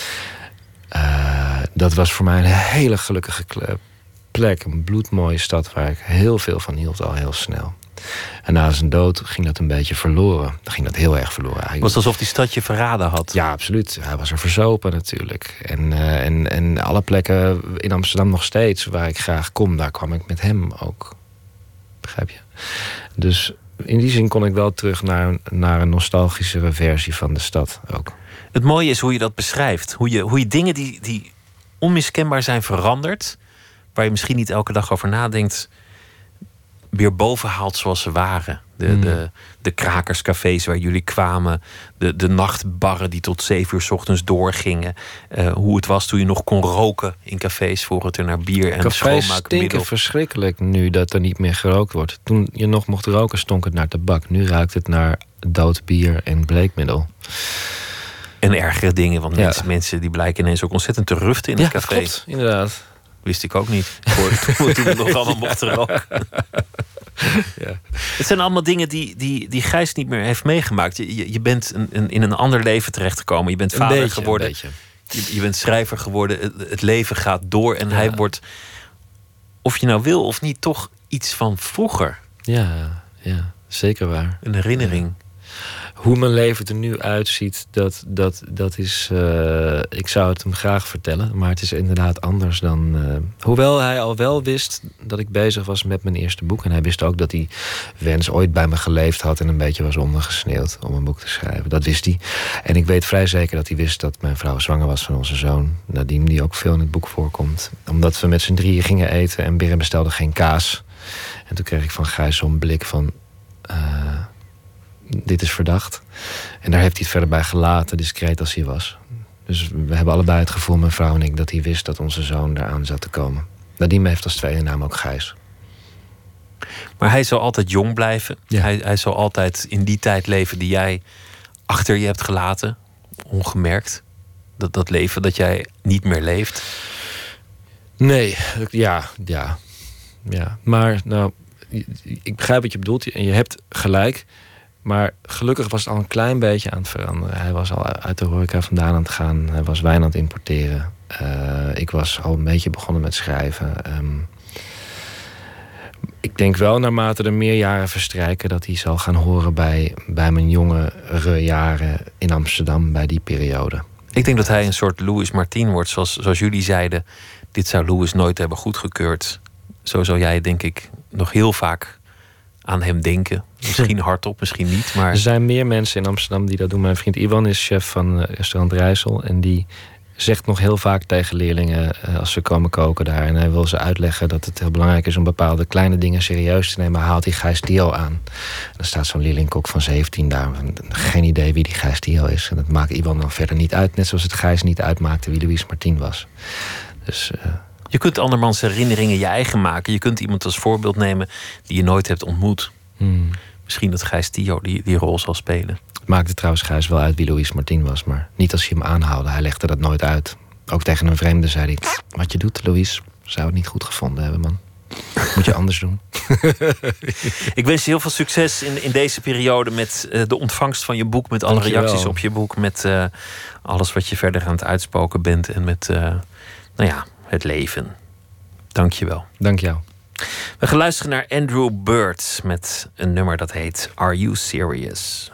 dat was voor mij een hele gelukkige plek. Een bloedmooie stad waar ik heel veel van hield, al heel snel. En na zijn dood ging dat een beetje verloren. Dan ging dat heel erg verloren. Het was alsof die stad je verraden had. Ja, absoluut. Hij was er verzopen natuurlijk. En alle plekken in Amsterdam nog steeds waar ik graag kom, daar kwam ik met hem ook. Begrijp je? Dus in die zin kon ik wel terug naar een nostalgischere versie van de stad ook. Het mooie is hoe je dat beschrijft. Hoe je dingen die onmiskenbaar zijn veranderd, waar je misschien niet elke dag over nadenkt, weer boven haalt zoals ze waren. De krakerscafés waar jullie kwamen, de nachtbarren die tot 7 uur 's ochtends doorgingen. Hoe het was toen je nog kon roken in cafés voor het er naar bier en schoonmaakmiddel. Cafés stinken verschrikkelijk nu dat er niet meer gerookt wordt. Toen je nog mocht roken stonk het naar tabak. Nu ruikt het naar dood bier en bleekmiddel. En ergere dingen, want mensen die blijken ineens ook ontzettend te ruften in het café. Ja, klopt, inderdaad. Wist ik ook niet. Toen we nog allemaal mochten roken. Ja. Het zijn allemaal dingen die Gijs niet meer heeft meegemaakt. Je bent in een ander leven terechtgekomen. Je bent vader geworden. Je bent schrijver geworden. Het leven gaat door. En hij wordt, of je nou wil of niet, toch iets van vroeger. Ja, zeker waar. Een herinnering. Ja. Hoe mijn leven er nu uitziet, dat is... ik zou het hem graag vertellen, maar het is inderdaad anders dan... hoewel hij al wel wist dat ik bezig was met mijn eerste boek. En hij wist ook dat die wens ooit bij me geleefd had en een beetje was ondergesneeuwd om een boek te schrijven. Dat wist hij. En ik weet vrij zeker dat hij wist dat mijn vrouw zwanger was van onze zoon. Nadim, die ook veel in het boek voorkomt. Omdat we met z'n 3 gingen eten en Birren bestelde geen kaas. En toen kreeg ik van Gijs zo'n blik van... dit is verdacht. En daar heeft hij het verder bij gelaten, discreet als hij was. Dus we hebben allebei het gevoel, mijn vrouw en ik, dat hij wist dat onze zoon eraan zat te komen. Nadim heeft als tweede naam ook Gijs. Maar hij zal altijd jong blijven. Ja. Hij zal altijd in die tijd leven die jij achter je hebt gelaten. Ongemerkt. Dat leven dat jij niet meer leeft. Nee, ja. Maar nou, ik begrijp wat je bedoelt. En je hebt gelijk. Maar gelukkig was het al een klein beetje aan het veranderen. Hij was al uit de horeca vandaan aan het gaan. Hij was wijn aan het importeren. Ik was al een beetje begonnen met schrijven. Ik denk wel, naarmate er meer jaren verstrijken, dat hij zal gaan horen bij mijn jongere jaren in Amsterdam, bij die periode. Ik denk dat hij een soort Louis Martin wordt. Zoals jullie zeiden, dit zou Louis nooit hebben goedgekeurd. Zo zou jij, denk ik, nog heel vaak aan hem denken. Misschien hardop, misschien niet. Maar Er zijn meer mensen in Amsterdam die dat doen. Mijn vriend Iwan is chef van restaurant Rijssel. En die zegt nog heel vaak tegen leerlingen als ze komen koken daar. En hij wil ze uitleggen dat het heel belangrijk is om bepaalde kleine dingen serieus te nemen. Haalt hij Gijs Dio aan. En dan staat zo'n leerlingkok van 17 daar. Geen idee wie die Gijs Dio is. En dat maakt Iwan dan verder niet uit. Net zoals het Gijs niet uitmaakte wie Louis Martin was. Dus je kunt andermans herinneringen je eigen maken. Je kunt iemand als voorbeeld nemen die je nooit hebt ontmoet. Misschien dat Gijs Dio die rol zal spelen. Het maakte trouwens Gijs wel uit wie Louis Martin was. Maar niet als je hem aanhaalde. Hij legde dat nooit uit. Ook tegen een vreemde zei hij: wat je doet, Louis, zou het niet goed gevonden hebben, man. Moet je anders doen. Ik wens je heel veel succes in deze periode met de ontvangst van je boek. Met alle Dankjewel. reacties op je boek. Met alles wat je verder aan het uitspoken bent. En met het leven. Dank je wel. Dank jou. We gaan luisteren naar Andrew Bird met een nummer dat heet Are You Serious?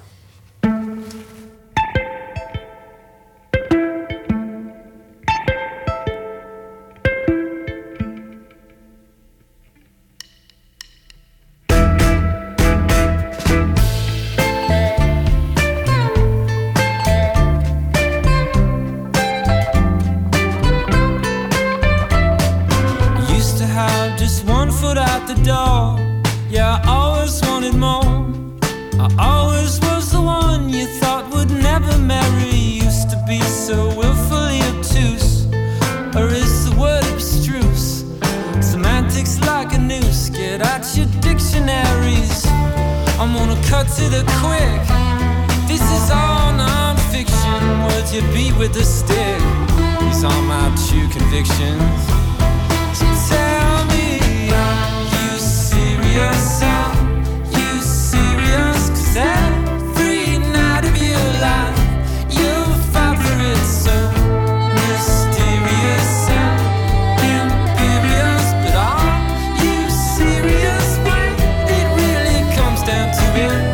To the quick, this is all non-fiction. Words you beat with a stick. These are my true convictions. So tell me, are you serious? Are you serious? 'Cause every night of your life you'll fight for it. So mysterious and imperious, but are you serious when it really comes down to it?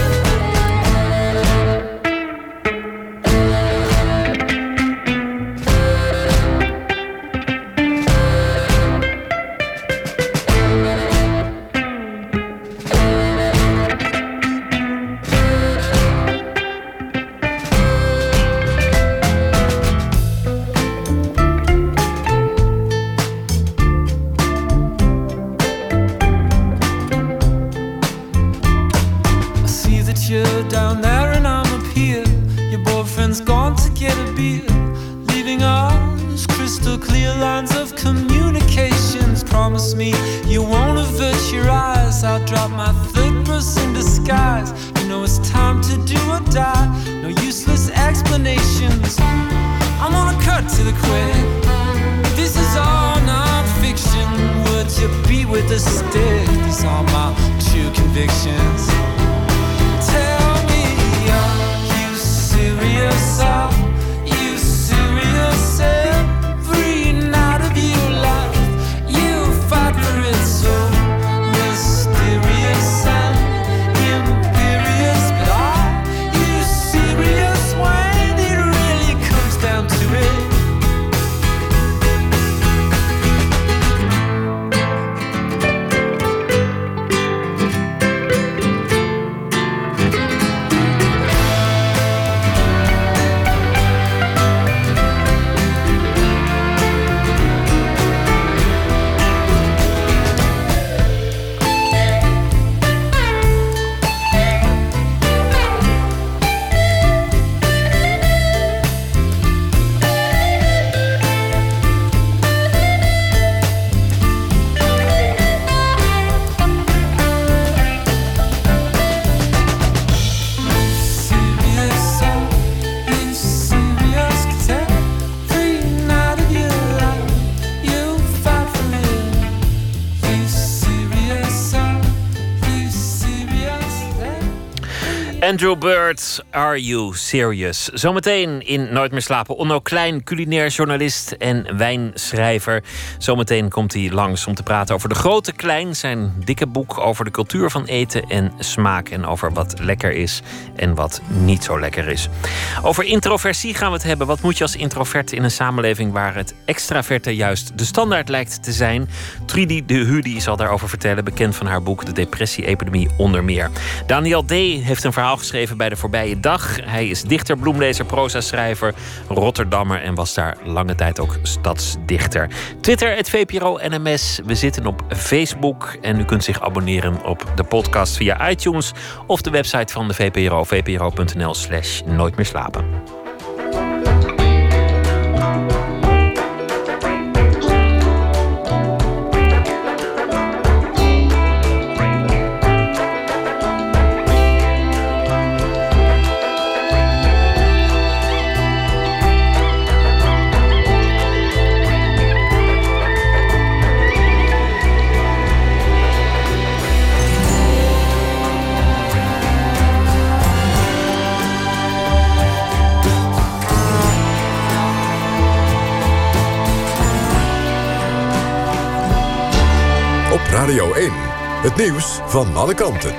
Down there and I'm up here. Your boyfriend's gone to get a beer, leaving us crystal clear lines of communications. Promise me you won't avert your eyes. I'll drop my third person disguise. You know it's time to do or die. No useless explanations. I'm gonna cut to the quick. This is all non-fiction. Words you beat with a stick. These are my true convictions. Tell me, are you serious? Are you serious? Every night of your life you fight for it. So mysterious and imperious, but are you serious when it really comes down to it? Andrew Bird, Are You Serious? Zometeen in Nooit meer slapen. Onno Klein, culinair journalist en wijnschrijver. Zometeen komt hij langs om te praten over De Grote Klein. Zijn dikke boek over de cultuur van eten en smaak. En over wat lekker is en wat niet zo lekker is. Over introversie gaan we het hebben. Wat moet je als introvert in een samenleving waar het extraverte juist de standaard lijkt te zijn? Trudy de Hudy zal daarover vertellen. Bekend van haar boek De Depressie-epidemie onder meer. Daniel D. heeft een verhaal geschreven bij De Voorbije Dag. Hij is dichter, bloemlezer, proza-schrijver, Rotterdammer en was daar lange tijd ook stadsdichter. Twitter, @VPRO-NMS. We zitten op Facebook en u kunt zich abonneren op de podcast via iTunes of de website van de VPRO, vpro.nl/nooitmeerslapen. Radio 1, het nieuws van alle kanten.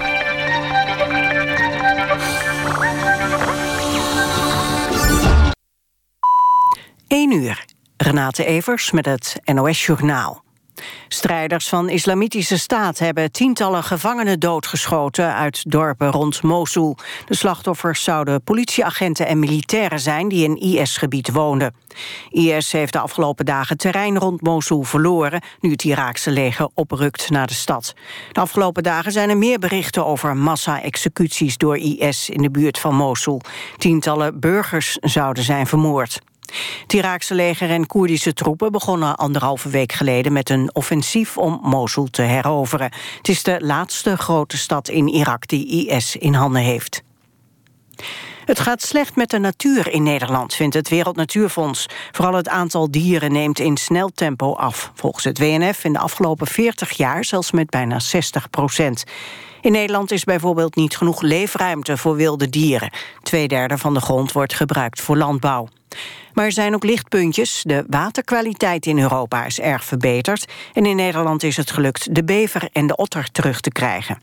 Uur. Renate Evers met het NOS-journaal. Strijders van Islamitische Staat hebben tientallen gevangenen doodgeschoten uit dorpen rond Mosul. De slachtoffers zouden politieagenten en militairen zijn die in IS-gebied woonden. IS heeft de afgelopen dagen terrein rond Mosul verloren, nu het Iraakse leger oprukt naar de stad. De afgelopen dagen zijn er meer berichten over massa-executies door IS in de buurt van Mosul. Tientallen burgers zouden zijn vermoord. Het Iraakse leger en Koerdische troepen begonnen 1,5 week geleden met een offensief om Mosul te heroveren. Het is de laatste grote stad in Irak die IS in handen heeft. Het gaat slecht met de natuur in Nederland, vindt het Wereld Natuurfonds. Vooral het aantal dieren neemt in snel tempo af. Volgens het WNF in de afgelopen 40 jaar zelfs met bijna 60%. In Nederland is bijvoorbeeld niet genoeg leefruimte voor wilde dieren. 2/3 van de grond wordt gebruikt voor landbouw. Maar er zijn ook lichtpuntjes. De waterkwaliteit in Europa is erg verbeterd. En in Nederland is het gelukt de bever en de otter terug te krijgen.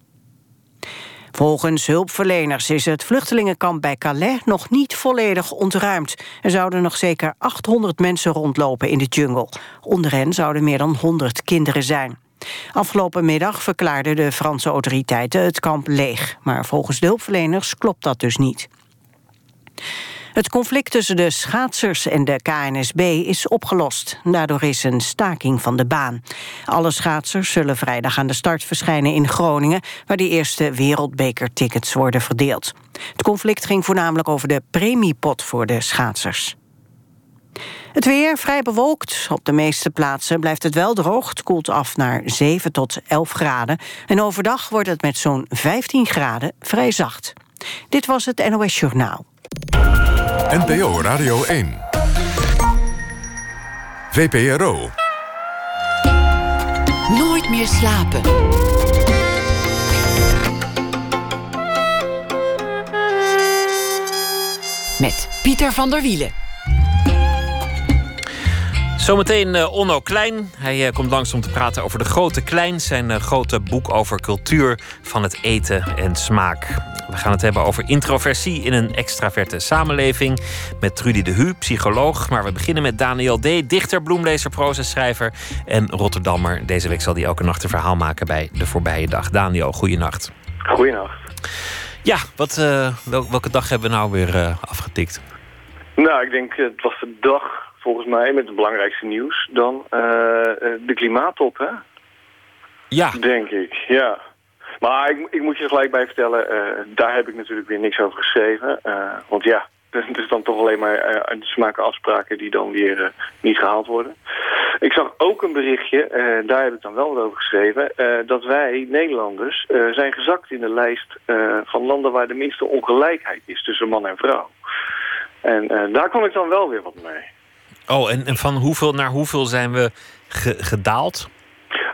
Volgens hulpverleners is het vluchtelingenkamp bij Calais nog niet volledig ontruimd. Er zouden nog zeker 800 mensen rondlopen in de jungle. Onder hen zouden meer dan 100 kinderen zijn. Afgelopen middag verklaarden de Franse autoriteiten het kamp leeg. Maar volgens de hulpverleners klopt dat dus niet. Het conflict tussen de schaatsers en de KNSB is opgelost. Daardoor is een staking van de baan. Alle schaatsers zullen vrijdag aan de start verschijnen in Groningen, waar de eerste wereldbekertickets worden verdeeld. Het conflict ging voornamelijk over de premiepot voor de schaatsers. Het weer vrij bewolkt. Op de meeste plaatsen blijft het wel droog. Het koelt af naar 7 tot 11 graden. En overdag wordt het met zo'n 15 graden vrij zacht. Dit was het NOS Journaal. NPO Radio 1. VPRO. Nooit meer slapen. Met Pieter van der Wielen. Zometeen Onno Klein. Hij komt langs om te praten over De Grote Klein. Zijn grote boek over cultuur van het eten en smaak. We gaan het hebben over introversie in een extraverte samenleving. Met Trudy de Hu, psycholoog. Maar we beginnen met Daniel D., dichter, bloemlezer, proza-schrijver en Rotterdammer. Deze week zal hij elke nacht een verhaal maken bij De Voorbije Dag. Daniel, goeienacht. Goeienacht. Ja, welke dag hebben we nou weer afgetikt? Nou, ik denk het was de dag volgens mij met het belangrijkste nieuws dan de klimaattop, hè? Ja. Denk ik, ja. Maar ik moet je er gelijk bij vertellen, daar heb ik natuurlijk weer niks over geschreven. Want ja, het is dan toch alleen maar smaken afspraken die dan weer niet gehaald worden. Ik zag ook een berichtje, daar heb ik dan wel wat over geschreven, dat wij, Nederlanders, zijn gezakt in de lijst van landen waar de minste ongelijkheid is tussen man en vrouw. En daar kom ik dan wel weer wat mee. Oh, en van hoeveel naar hoeveel zijn we gedaald? Oh, dat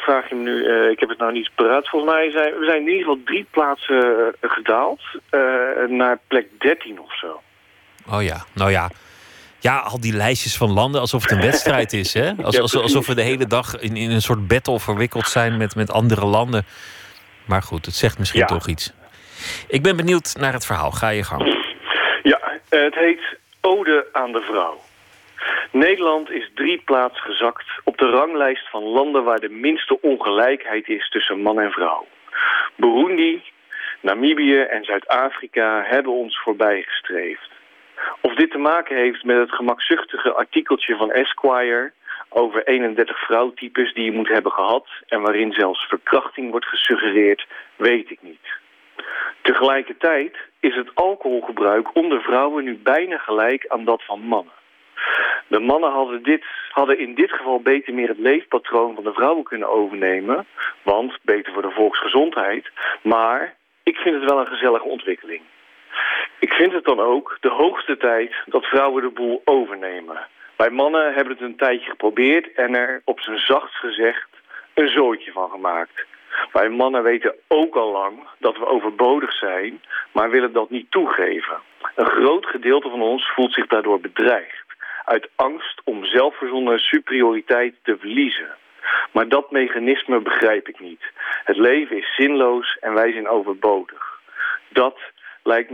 vraag je me nu. Ik heb het nou niet paraat. Volgens mij zijn we in ieder geval 3 plaatsen gedaald. Naar plek 13 of zo. Oh ja, nou ja. Ja, al die lijstjes van landen, alsof het een wedstrijd is. Hè? Alsof we de hele dag in een soort battle verwikkeld zijn met andere landen. Maar goed, het zegt misschien toch iets. Ik ben benieuwd naar het verhaal. Ga je gang. Ja, het heet Ode aan de Vrouw. Nederland is 3 plaatsen gezakt op de ranglijst van landen waar de minste ongelijkheid is tussen man en vrouw. Burundi, Namibië en Zuid-Afrika hebben ons voorbijgestreefd. Of dit te maken heeft met het gemakzuchtige artikeltje van Esquire over 31 vrouwtypes die je moet hebben gehad en waarin zelfs verkrachting wordt gesuggereerd, weet ik niet. Tegelijkertijd is het alcoholgebruik onder vrouwen nu bijna gelijk aan dat van mannen. De mannen hadden in dit geval beter meer het leefpatroon van de vrouwen kunnen overnemen, want beter voor de volksgezondheid, maar ik vind het wel een gezellige ontwikkeling. Ik vind het dan ook de hoogste tijd dat vrouwen de boel overnemen. Wij mannen hebben het een tijdje geprobeerd en er op zijn zachtst gezegd een zooitje van gemaakt. Wij mannen weten ook al lang dat we overbodig zijn, maar willen dat niet toegeven. Een groot gedeelte van ons voelt zich daardoor bedreigd, uit angst om zelfverzonnen superioriteit te verliezen. Maar dat mechanisme begrijp ik niet. Het leven is zinloos en wij zijn overbodig. Dat lijkt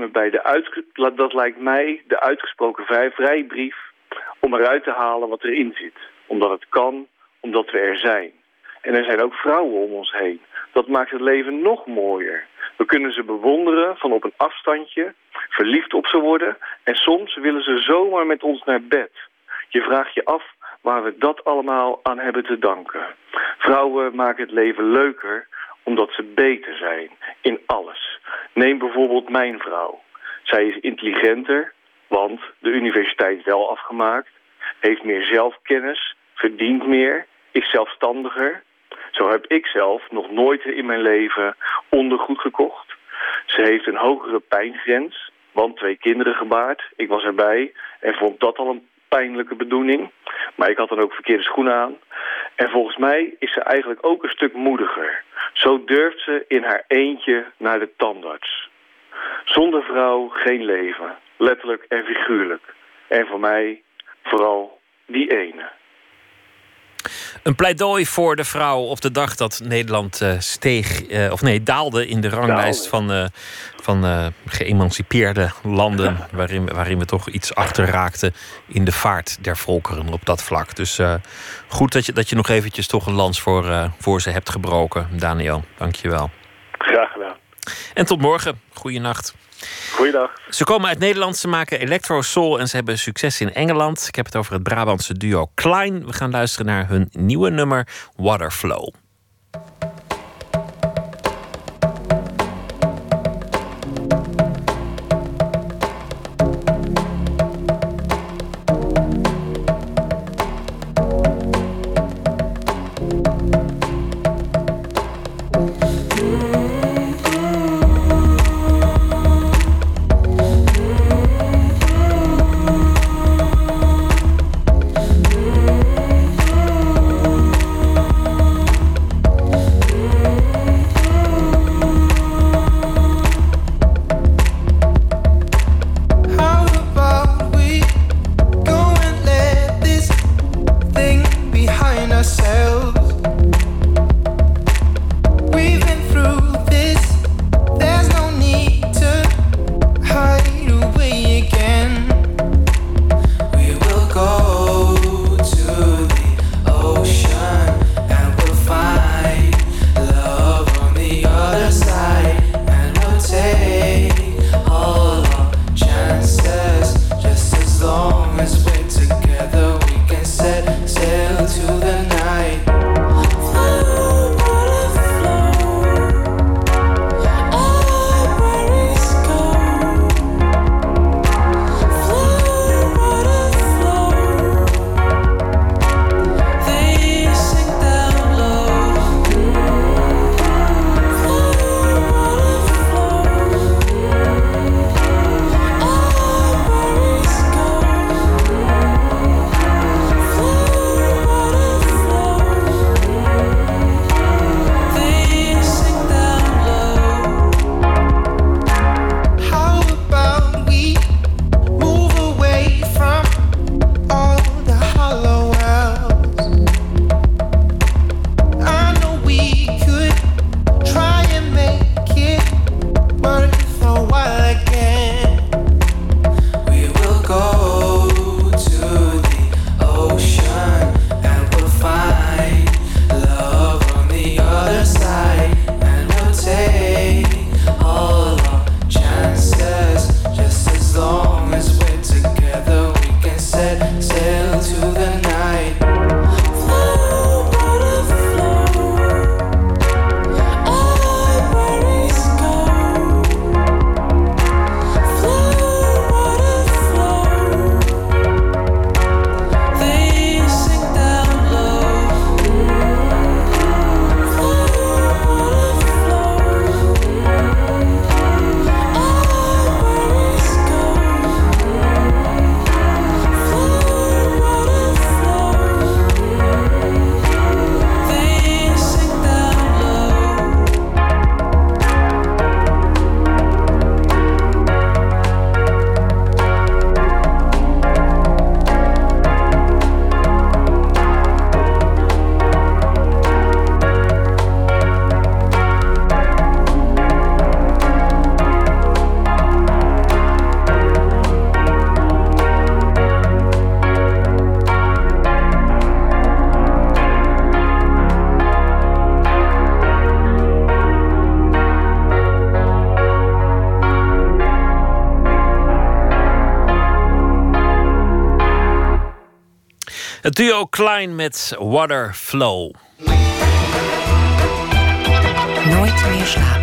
mij de uitgesproken vrijbrief om eruit te halen wat erin zit. Omdat het kan, omdat we er zijn. En er zijn ook vrouwen om ons heen. Dat maakt het leven nog mooier. We kunnen ze bewonderen van op een afstandje, verliefd op ze worden en soms willen ze zomaar met ons naar bed. Je vraagt je af waar we dat allemaal aan hebben te danken. Vrouwen maken het leven leuker omdat ze beter zijn in alles. Neem bijvoorbeeld mijn vrouw. Zij is intelligenter, want de universiteit wel afgemaakt, heeft meer zelfkennis, verdient meer, is zelfstandiger. Zo heb ik zelf nog nooit in mijn leven ondergoed gekocht. Ze heeft een hogere pijngrens, want 2 kinderen gebaard. Ik was erbij en vond dat al een pijnlijke bedoeling. Maar ik had dan ook verkeerde schoenen aan. En volgens mij is ze eigenlijk ook een stuk moediger. Zo durft ze in haar eentje naar de tandarts. Zonder vrouw geen leven, letterlijk en figuurlijk. En voor mij vooral die ene. Een pleidooi voor de vrouw op de dag dat Nederland daalde in de ranglijst van geëmancipeerde landen, waarin we toch iets achter raakten in de vaart der volkeren op dat vlak. Dus goed dat je nog eventjes toch een lans voor ze hebt gebroken, Daniel. Dank je wel. Graag gedaan. En tot morgen. Goeienacht. Goeiedag. Ze komen uit Nederland, ze maken electro soul en ze hebben succes in Engeland. Ik heb het over het Brabantse duo Klein. We gaan luisteren naar hun nieuwe nummer Waterflow. Het duo Klein met Waterflow. Nooit meer slapen.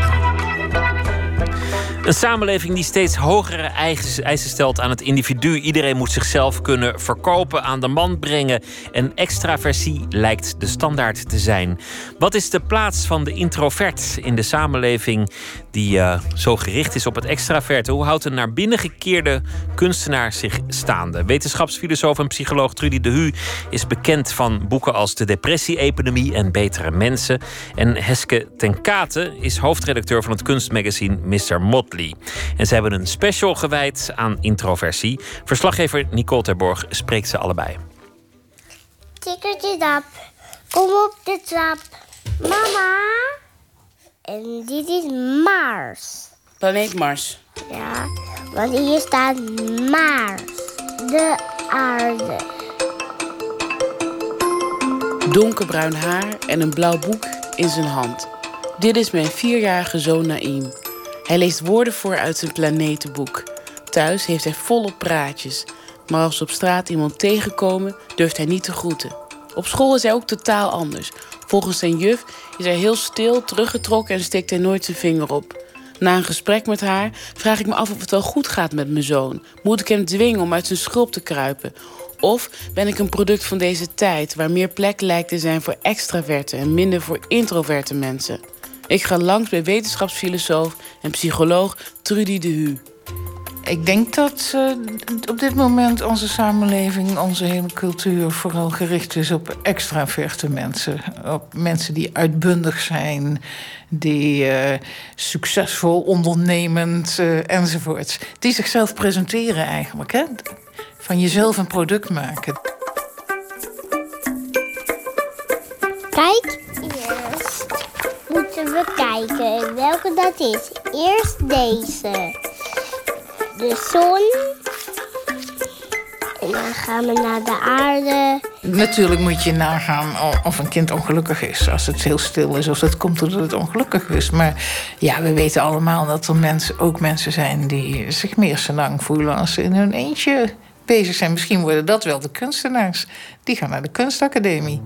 Een samenleving die steeds hogere eisen stelt aan het individu. Iedereen moet zichzelf kunnen verkopen, aan de man brengen. En extraversie lijkt de standaard te zijn. Wat is de plaats van de introvert in de samenleving die zo gericht is op het extraverte? Hoe houdt een naar binnen gekeerde kunstenaar zich staande? Wetenschapsfilosoof en psycholoog Trudy de Hu is bekend van boeken als De Depressie-epidemie en Betere Mensen. En Heske ten Kate is hoofdredacteur van het kunstmagazine Mr. Motley. En ze hebben een special gewijd aan introversie. Verslaggever Nicole Terborg spreekt ze allebei. Tikkertje dap, kom op de trap. Mama. En dit is Mars. Planeet Mars. Ja, want hier staat Mars. De aarde. Donkerbruin haar en een blauw boek in zijn hand. Dit is mijn 4-jarige zoon Naïm. Hij leest woorden voor uit zijn planetenboek. Thuis heeft hij volop praatjes. Maar als we op straat iemand tegenkomen, durft hij niet te groeten. Op school is hij ook totaal anders. Volgens zijn juf is hij heel stil, teruggetrokken en steekt hij nooit zijn vinger op. Na een gesprek met haar vraag ik me af of het wel goed gaat met mijn zoon. Moet ik hem dwingen om uit zijn schulp te kruipen? Of ben ik een product van deze tijd, waar meer plek lijkt te zijn voor extraverte en minder voor introverte mensen? Ik ga langs bij wetenschapsfilosoof en psycholoog Trudy de Hu. Ik denk dat op dit moment onze samenleving, onze hele cultuur vooral gericht is op extraverte mensen. Op mensen die uitbundig zijn, die succesvol, ondernemend enzovoort. Die zichzelf presenteren eigenlijk, hè? Van jezelf een product maken. Kijk, eerst moeten we kijken welke dat is. Eerst deze. De zon. En dan gaan we naar de aarde. Natuurlijk moet je nagaan of een kind ongelukkig is. Als het heel stil is of dat komt doordat het ongelukkig is. Maar ja, we weten allemaal dat er ook mensen zijn die zich meer senang voelen als ze in hun eentje bezig zijn. Misschien worden dat wel de kunstenaars. Die gaan naar de kunstacademie.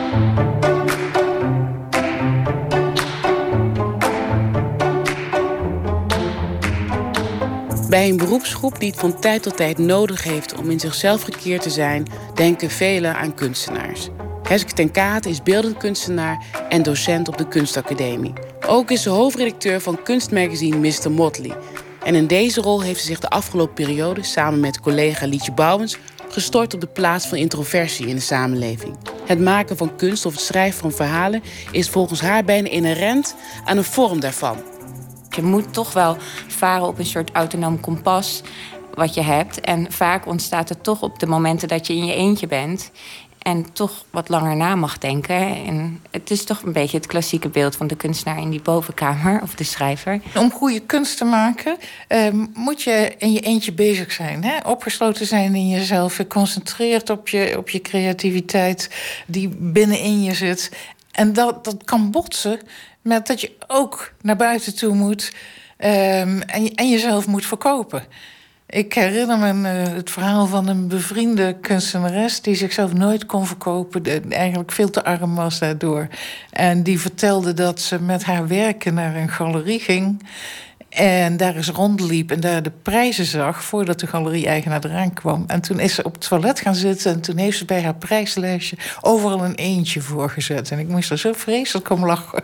Bij een beroepsgroep die het van tijd tot tijd nodig heeft om in zichzelf gekeerd te zijn, denken velen aan kunstenaars. Heske ten Kate is beeldend kunstenaar en docent op de kunstacademie. Ook is ze hoofdredacteur van kunstmagazine Mr. Motley. En in deze rol heeft ze zich de afgelopen periode samen met collega Lietje Bouwens gestort op de plaats van introversie in de samenleving. Het maken van kunst of het schrijven van verhalen is volgens haar bijna inherent aan een vorm daarvan. Je moet toch wel varen op een soort autonoom kompas wat je hebt. En vaak ontstaat het toch op de momenten dat je in je eentje bent en toch wat langer na mag denken. En het is toch een beetje het klassieke beeld van de kunstenaar in die bovenkamer, of de schrijver. Om goede kunst te maken moet je in je eentje bezig zijn. Hè? Opgesloten zijn in jezelf, geconcentreerd op je creativiteit die binnenin je zit. En dat kan botsen met dat je ook naar buiten toe moet en jezelf moet verkopen. Ik herinner me het verhaal van een bevriende kunstenares die zichzelf nooit kon verkopen, eigenlijk veel te arm was daardoor. En die vertelde dat ze met haar werken naar een galerie ging en daar eens rondliep en daar de prijzen zag voordat de galerie-eigenaar eraan kwam. En toen is ze op het toilet gaan zitten en toen heeft ze bij haar prijslijstje overal een eentje voorgezet. En ik moest er zo vreselijk om lachen.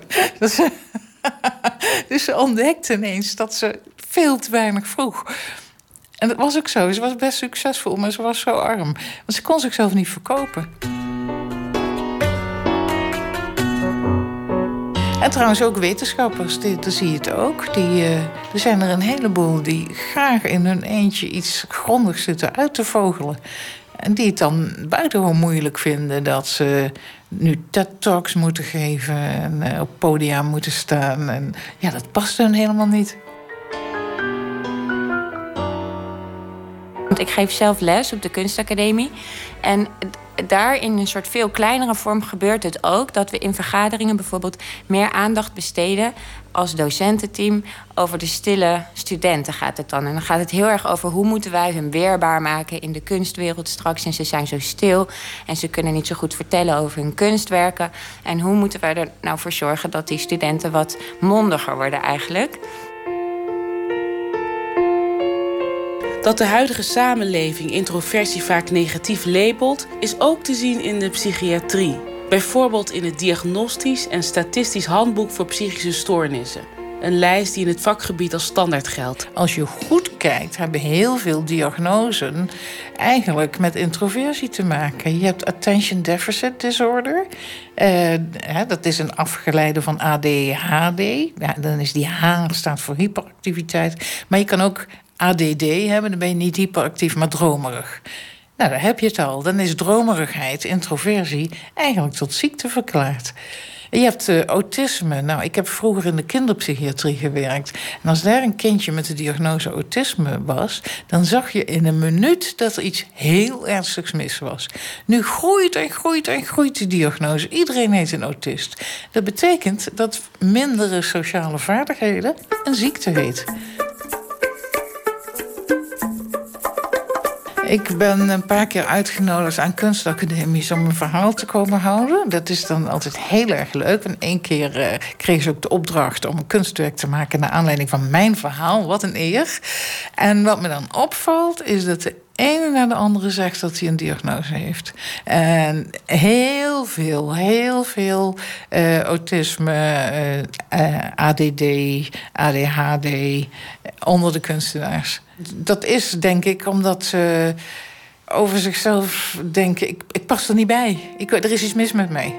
Dus ze ontdekte ineens dat ze veel te weinig vroeg. En dat was ook zo. Ze was best succesvol, maar ze was zo arm. Want ze kon zichzelf niet verkopen. En trouwens ook wetenschappers, daar zie je het ook. Er zijn er een heleboel die graag in hun eentje iets grondigs zitten uit te vogelen. En die het dan buitengewoon moeilijk vinden dat ze nu TED-talks moeten geven en op podia moeten staan. En ja, dat past hun helemaal niet. Want ik geef zelf les op de kunstacademie. En daar in een soort veel kleinere vorm gebeurt het ook dat we in vergaderingen bijvoorbeeld meer aandacht besteden als docententeam. Over de stille studenten gaat het dan. En dan gaat het heel erg over hoe moeten wij hun weerbaar maken in de kunstwereld straks. En ze zijn zo stil en ze kunnen niet zo goed vertellen over hun kunstwerken. En hoe moeten wij er nou voor zorgen dat die studenten wat mondiger worden eigenlijk. Dat de huidige samenleving introversie vaak negatief labelt, is ook te zien in de psychiatrie. Bijvoorbeeld in het Diagnostisch en Statistisch Handboek voor Psychische Stoornissen. Een lijst die in het vakgebied als standaard geldt. Als je goed kijkt, hebben heel veel diagnoses eigenlijk met introversie te maken. Je hebt Attention Deficit Disorder. Dat is een afgeleide van ADHD. Ja, dan is die H staat voor hyperactiviteit. Maar je kan ook ADD hebben, dan ben je niet hyperactief, maar dromerig. Nou, daar heb je het al. Dan is dromerigheid, introversie, eigenlijk tot ziekte verklaard. Je hebt autisme. Nou, ik heb vroeger in de kinderpsychiatrie gewerkt. En als daar een kindje met de diagnose autisme was, dan zag je in een minuut dat er iets heel ernstigs mis was. Nu groeit en groeit en groeit die diagnose. Iedereen heet een autist. Dat betekent dat mindere sociale vaardigheden een ziekte heet. Ik ben een paar keer uitgenodigd aan kunstacademies om een verhaal te komen houden. Dat is dan altijd heel erg leuk. En 1 keer kreeg ze ook de opdracht om een kunstwerk te maken naar aanleiding van mijn verhaal. Wat een eer. En wat me dan opvalt is dat de ene na de andere zegt dat hij een diagnose heeft. En heel veel autisme, ADD, ADHD onder de kunstenaars. Dat is, denk ik, omdat ze over zichzelf denken, ik pas er niet bij. Er is iets mis met mij.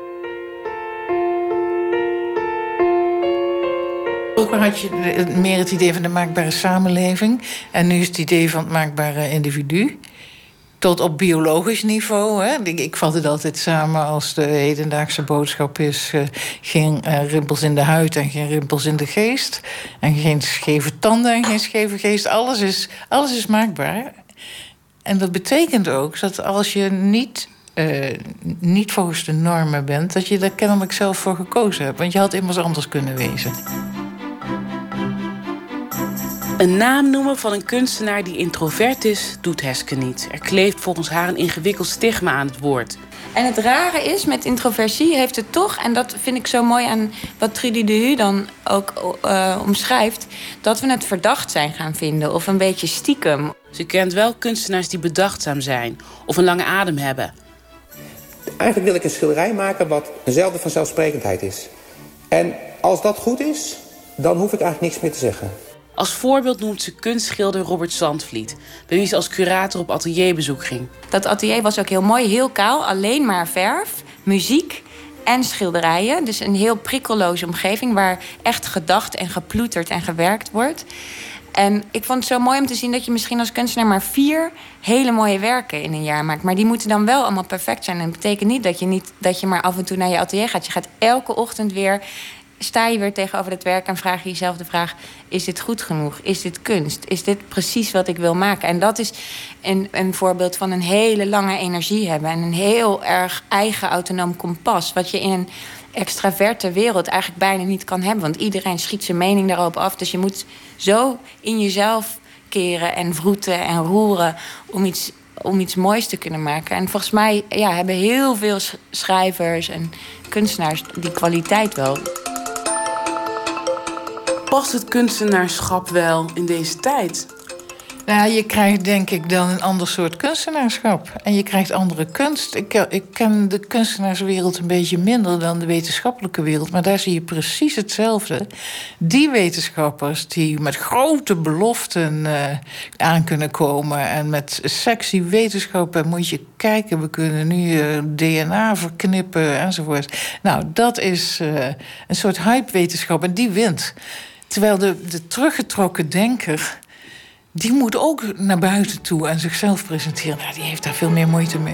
Vroeger had je meer het idee van de maakbare samenleving. En nu is het idee van het maakbare individu. Tot op biologisch niveau. Hè. Ik vat het altijd samen als de hedendaagse boodschap is geen rimpels in de huid en geen rimpels in de geest. En geen scheve tanden en geen scheve geest. Alles is maakbaar. En dat betekent ook dat als je niet volgens de normen bent, dat je daar kennelijk zelf voor gekozen hebt. Want je had immers anders kunnen wezen. Een naam noemen van een kunstenaar die introvert is, doet Heske niet. Er kleeft volgens haar een ingewikkeld stigma aan het woord. En het rare is, met introversie heeft het toch, en dat vind ik zo mooi aan wat Trudy de Hu dan ook omschrijft, dat we het verdacht zijn gaan vinden of een beetje stiekem. Ze kent wel kunstenaars die bedachtzaam zijn of een lange adem hebben. Eigenlijk wil ik een schilderij maken wat eenzelfde vanzelfsprekendheid is. En als dat goed is, dan hoef ik eigenlijk niks meer te zeggen. Als voorbeeld noemt ze kunstschilder Robert Zandvliet, bij wie ze als curator op atelierbezoek ging. Dat atelier was ook heel mooi, heel kaal, alleen maar verf, muziek en schilderijen. Dus een heel prikkelloze omgeving waar echt gedacht en geploeterd en gewerkt wordt. En ik vond het zo mooi om te zien dat je misschien als kunstenaar maar 4 hele mooie werken in een jaar maakt. Maar die moeten dan wel allemaal perfect zijn. En dat betekent niet dat je maar af en toe naar je atelier gaat. Je gaat elke ochtend weer, sta je weer tegenover het werk en vraag je jezelf de vraag, is dit goed genoeg? Is dit kunst? Is dit precies wat ik wil maken? En dat is een voorbeeld van een hele lange energie hebben en een heel erg eigen autonoom kompas, wat je in een extraverte wereld eigenlijk bijna niet kan hebben. Want iedereen schiet zijn mening daarop af. Dus je moet zo in jezelf keren en wroeten en roeren om iets moois te kunnen maken. En volgens mij hebben heel veel schrijvers en kunstenaars die kwaliteit wel. Past het kunstenaarschap wel in deze tijd? Nou, je krijgt denk ik dan een ander soort kunstenaarschap. En je krijgt andere kunst. Ik ken de kunstenaarswereld een beetje minder dan de wetenschappelijke wereld. Maar daar zie je precies hetzelfde. Die wetenschappers die met grote beloften aan kunnen komen. En met sexy wetenschappen moet je kijken. We kunnen nu DNA verknippen enzovoort. Nou, dat is een soort hype-wetenschap en die wint. Terwijl de teruggetrokken denker, die moet ook naar buiten toe en zichzelf presenteren. Nou, die heeft daar veel meer moeite mee.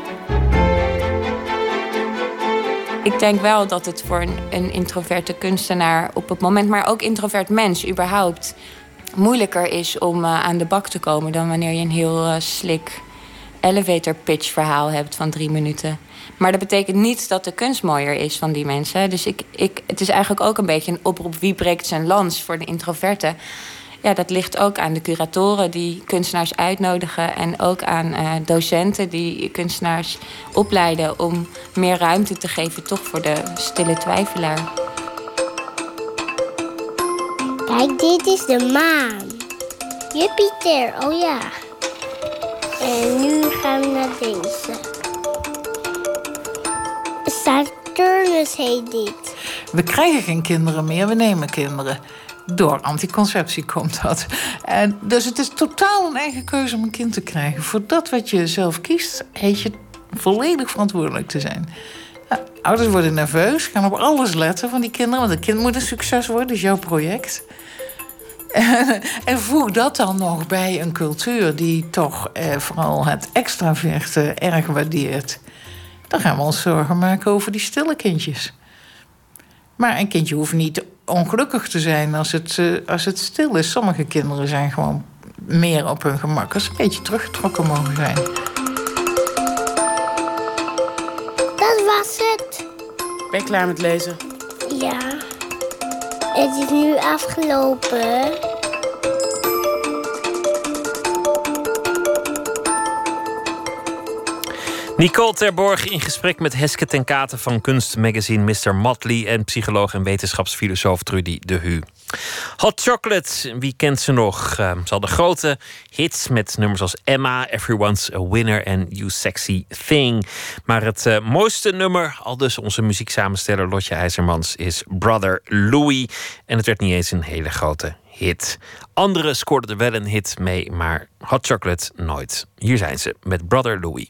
Ik denk wel dat het voor een introverte kunstenaar op het moment, maar ook introvert mens überhaupt, moeilijker is om aan de bak te komen dan wanneer je een heel slick elevator pitch verhaal hebt van 3 minuten. Maar dat betekent niet dat de kunst mooier is van die mensen. Dus het is eigenlijk ook een beetje een oproep: wie breekt zijn lans voor de introverten? Ja, dat ligt ook aan de curatoren die kunstenaars uitnodigen en ook aan docenten die kunstenaars opleiden om meer ruimte te geven toch voor de stille twijfelaar. Kijk, dit is de maan. Jupiter, oh ja. En nu gaan we naar deze. Saturnus heet dit. We krijgen geen kinderen meer, we nemen kinderen. Door anticonceptie komt dat. En dus het is totaal een eigen keuze om een kind te krijgen. Voor dat wat je zelf kiest, heet je volledig verantwoordelijk te zijn. Nou, ouders worden nerveus, gaan op alles letten van die kinderen. Want een kind moet een succes worden, dat is jouw project. En voeg dat dan nog bij een cultuur die toch vooral het extraverte erg waardeert. Dan gaan we ons zorgen maken over die stille kindjes. Maar een kindje hoeft niet ongelukkig te zijn als het stil is. Sommige kinderen zijn gewoon meer op hun gemak als ze een beetje teruggetrokken mogen zijn. Dat was het. Ben je klaar met lezen? Ja. Het is nu afgelopen. Nicole Terborg in gesprek met Heske ten Kate van kunstmagazine Mr. Motley en psycholoog en wetenschapsfilosoof Trudy de Hu. Hot Chocolate, wie kent ze nog? Ze hadden grote hits met nummers als Emma, Everyone's a Winner en You Sexy Thing. Maar het mooiste nummer, aldus onze muzieksamensteller Lotje IJzermans, is Brother Louie. En het werd niet eens een hele grote hit. Anderen scoorden er wel een hit mee, maar Hot Chocolate nooit. Hier zijn ze met Brother Louie.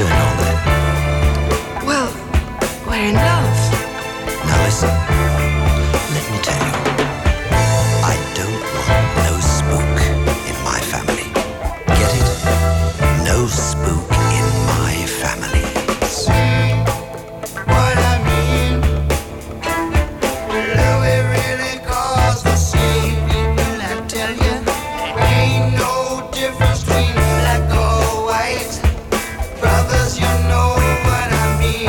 going on there? Well, we're in love. Now listen, let me tell you. I don't want no spook in my family. Get it? No spook in my families. What I mean, Louis really caused the scene. People, I tell you, ain't no difference between black or white. Brothers, you know what I mean.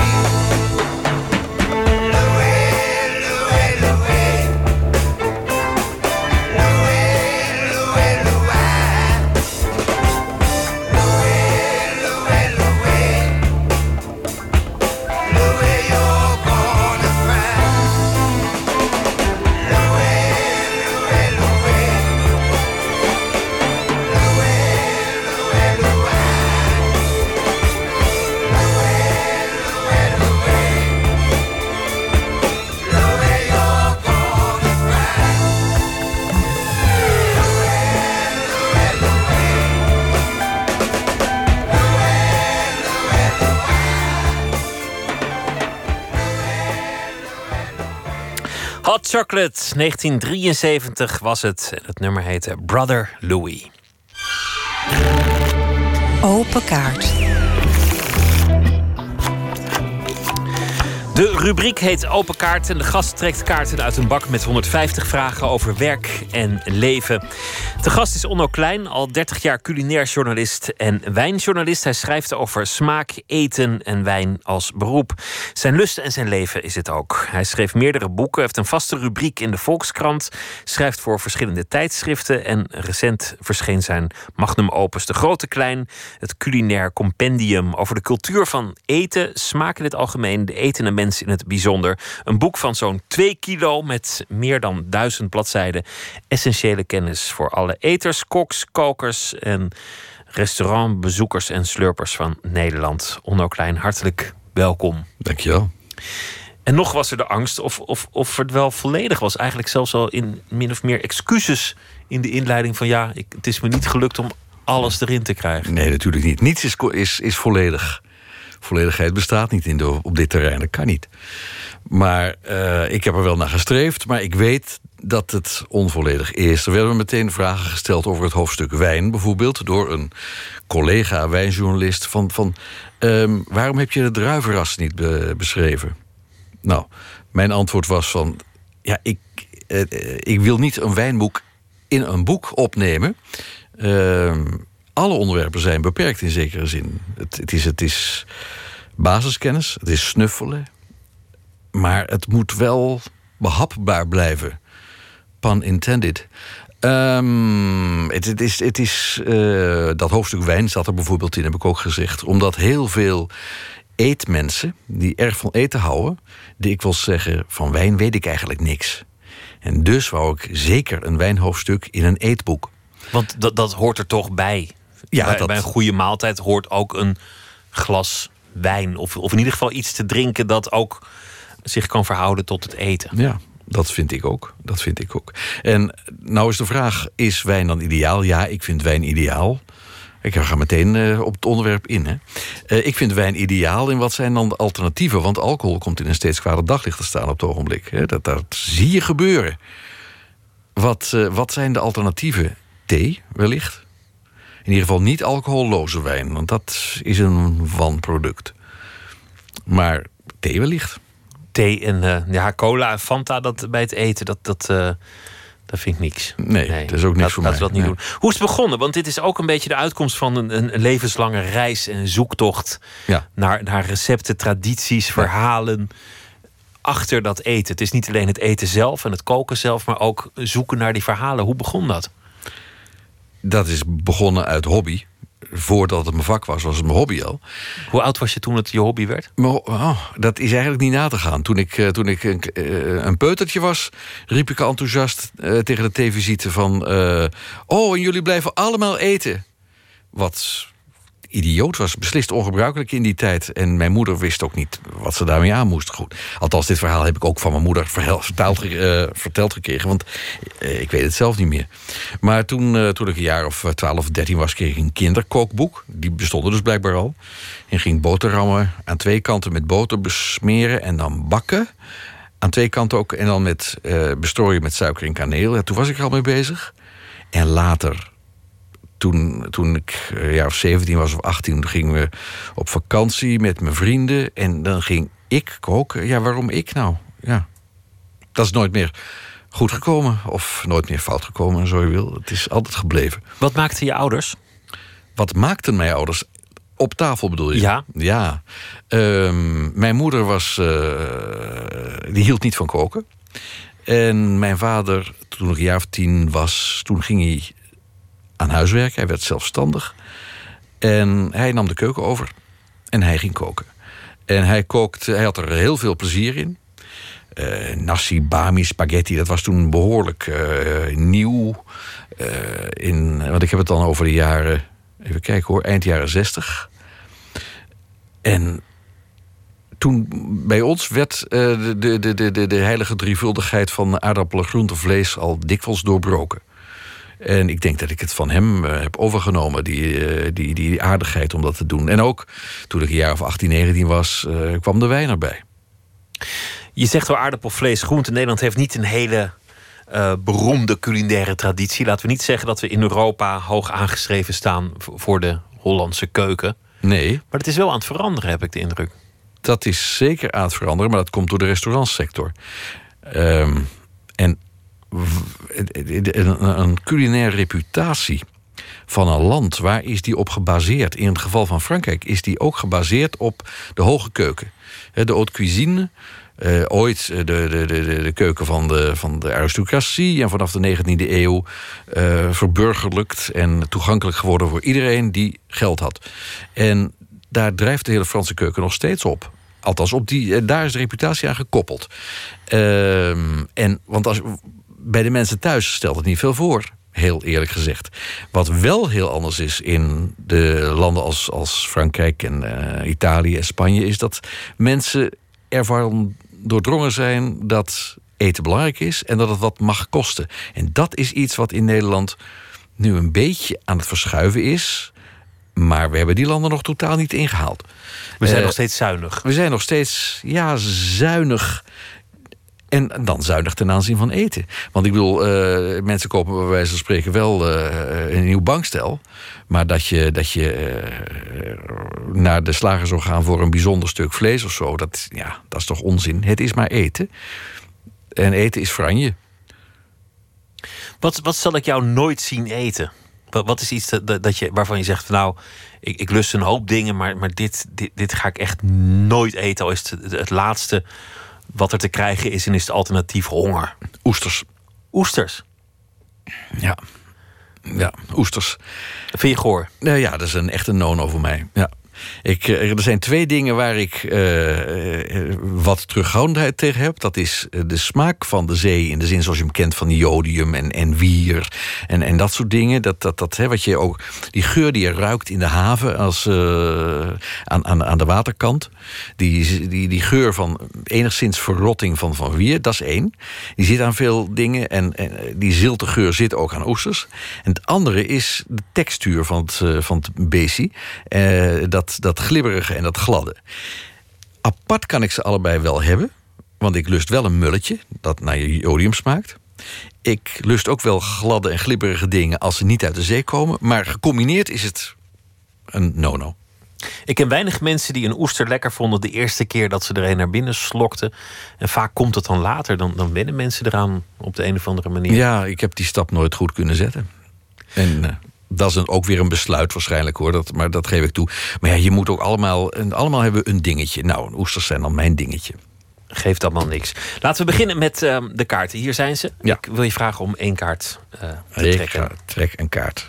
Hot Chocolate, 1973 was het. En het nummer heette Brother Louie. Open kaart. De rubriek heet Open Kaart en de gast trekt kaarten uit een bak met 150 vragen over werk en leven. De gast is Onno Klein, al 30 jaar culinair journalist en wijnjournalist. Hij schrijft over smaak, eten en wijn als beroep. Zijn lust en zijn leven is het ook. Hij schreef meerdere boeken, heeft een vaste rubriek in de Volkskrant, schrijft voor verschillende tijdschriften en recent verscheen zijn magnum opus De Grote Klein, het culinair compendium over de cultuur van eten, smaak in het algemeen, de etende mensen in het bijzonder. Een boek van zo'n 2 kilo met meer dan 1000 bladzijden. Essentiële kennis voor alle eters, koks, kokers en restaurantbezoekers en slurpers van Nederland. Onno Klein, hartelijk welkom. Dankjewel. En nog was er de angst of het wel volledig was. Eigenlijk zelfs al in min of meer excuses in de inleiding van het is me niet gelukt om alles erin te krijgen. Nee, natuurlijk niet. Niets is volledig. Volledigheid bestaat niet op dit terrein, dat kan niet. Maar ik heb er wel naar gestreefd, maar ik weet dat het onvolledig is. Er werden meteen vragen gesteld over het hoofdstuk wijn, bijvoorbeeld, door een collega wijnjournalist. Waarom heb je de druivenras niet beschreven? Nou, mijn antwoord was van, ik wil niet een wijnboek in een boek opnemen. Alle onderwerpen zijn beperkt in zekere zin. Het is basiskennis, het is snuffelen. Maar het moet wel behapbaar blijven. Pun intended. Dat hoofdstuk wijn zat er bijvoorbeeld in, heb ik ook gezegd. Omdat heel veel eetmensen, die erg van eten houden, die ik wil zeggen, van wijn weet ik eigenlijk niks. En dus wou ik zeker een wijnhoofdstuk in een eetboek. Want dat hoort er toch bij? Ja, bij een goede maaltijd hoort ook een glas wijn. Of in ieder geval iets te drinken dat ook zich kan verhouden tot het eten. Ja, dat vind ik ook. En nou is de vraag, is wijn dan ideaal? Ja, ik vind wijn ideaal. Ik ga meteen op het onderwerp in. Hè. Ik vind wijn ideaal. En wat zijn dan de alternatieven? Want alcohol komt in een steeds kwader daglicht te staan op het ogenblik. Hè. Dat zie je gebeuren. Wat zijn de alternatieven? Thee, wellicht. In ieder geval niet alcoholloze wijn, want dat is een wanproduct. Maar thee wellicht. Thee en cola en Fanta dat bij het eten, dat vind ik niks. Nee, dat is ook niks voor mij. Laten we dat niet doen. Hoe is het begonnen? Want dit is ook een beetje de uitkomst van een levenslange reis en zoektocht naar recepten, tradities, verhalen achter dat eten. Het is niet alleen het eten zelf en het koken zelf, maar ook zoeken naar die verhalen. Hoe begon dat? Dat is begonnen uit hobby. Voordat het mijn vak was het mijn hobby al. Hoe oud was je toen het je hobby werd? Dat is eigenlijk niet na te gaan. Toen ik een peutertje was, riep ik enthousiast tegen de televisite van... en jullie blijven allemaal eten. Wat idioot was. Beslist ongebruikelijk in die tijd. En mijn moeder wist ook niet wat ze daarmee aan moest. Goed. Althans, dit verhaal heb ik ook van mijn moeder verteld gekregen. Want ik weet het zelf niet meer. Maar toen ik een jaar of 12 of 13 was, kreeg ik een kinderkookboek. Die bestonden dus blijkbaar al. En ging boterhammen aan 2 kanten met boter besmeren en dan bakken. Aan 2 kanten ook. En dan bestrooien met suiker en kaneel. Ja, toen was ik er al mee bezig. En later, toen ik een jaar of 17 was of 18... gingen we op vakantie met mijn vrienden. En dan ging ik koken. Ja, waarom ik nou? Ja, dat is nooit meer goed gekomen. Of nooit meer fout gekomen, zo je wil. Het is altijd gebleven. Wat maakten je ouders? Wat maakten mijn ouders? Op tafel bedoel je? Ja. Ja. Mijn moeder die hield niet van koken. En mijn vader, toen ik een jaar of 10 was, toen ging hij aan huiswerk. Hij werd zelfstandig. En hij nam de keuken over. En hij ging koken. En hij had er heel veel plezier in. Nasi, bami, spaghetti, dat was toen behoorlijk nieuw. Want ik heb het dan over de jaren, even kijken hoor, eind jaren 60. En toen bij ons werd de heilige drievuldigheid van aardappelen, groente, vlees al dikwijls doorbroken. En ik denk dat ik het van hem heb overgenomen, die aardigheid om dat te doen. En ook toen ik een jaar of 18, 19 was, kwam de wijn erbij. Je zegt wel aardappel, vlees, groente. Nederland heeft niet een hele beroemde culinaire traditie. Laten we niet zeggen dat we in Europa hoog aangeschreven staan voor de Hollandse keuken. Nee. Maar het is wel aan het veranderen, heb ik de indruk. Dat is zeker aan het veranderen, maar dat komt door de restaurantsector. En een culinaire reputatie van een land, waar is die op gebaseerd? In het geval van Frankrijk is die ook gebaseerd op de hoge keuken. De haute cuisine, ooit de keuken van de aristocratie, en vanaf de 19e eeuw verburgerlijkt en toegankelijk geworden voor iedereen die geld had. En daar drijft de hele Franse keuken nog steeds op. Althans, daar is de reputatie aan gekoppeld. Want bij de mensen thuis stelt het niet veel voor, heel eerlijk gezegd. Wat wel heel anders is in de landen als Frankrijk en Italië en Spanje, is dat mensen ervan doordrongen zijn dat eten belangrijk is en dat het wat mag kosten. En dat is iets wat in Nederland nu een beetje aan het verschuiven is. Maar we hebben die landen nog totaal niet ingehaald. We zijn nog steeds zuinig. We zijn nog steeds, zuinig. En dan zuinig ten aanzien van eten. Want ik bedoel, mensen kopen bij wijze van spreken wel een nieuw bankstel. Maar dat je naar de slager zou gaan voor een bijzonder stuk vlees of zo, dat is toch onzin. Het is maar eten. En eten is franje. Wat zal ik jou nooit zien eten? Wat is iets waarvan je zegt, nou, ik lust een hoop dingen, maar dit ga ik echt nooit eten. Al is het laatste wat er te krijgen is, en is het alternatief honger. Oesters. Oesters? Ja, oesters. Vind je goor? Ja, dat is echt een no-no voor mij. Ja. Er zijn 2 dingen waar ik wat terughoudendheid tegen heb. Dat is de smaak van de zee, in de zin zoals je hem kent, van jodium en wier en dat soort dingen. Wat je ook, die geur die je ruikt in de haven aan de waterkant. Die geur van enigszins verrotting van wier, dat is 1. Die zit aan veel dingen en die zilte geur zit ook aan oesters. En het andere is de textuur van het beestie. Dat glibberige en dat gladde. Apart kan ik ze allebei wel hebben. Want ik lust wel een mulletje dat naar je jodium smaakt. Ik lust ook wel gladde en glibberige dingen als ze niet uit de zee komen. Maar gecombineerd is het een no-no. Ik ken weinig mensen die een oester lekker vonden de eerste keer dat ze er een naar binnen slokten. En vaak komt het dan later. Dan wennen mensen eraan op de een of andere manier. Ja, ik heb die stap nooit goed kunnen zetten. En dat is ook weer een besluit waarschijnlijk hoor, maar dat geef ik toe. Maar ja, je moet ook allemaal hebben we een dingetje. Nou, oesters zijn dan mijn dingetje. Geeft allemaal niks. Laten we beginnen met de kaarten. Hier zijn ze. Ja. Ik wil je vragen om 1 kaart te trekken. Trek een kaart.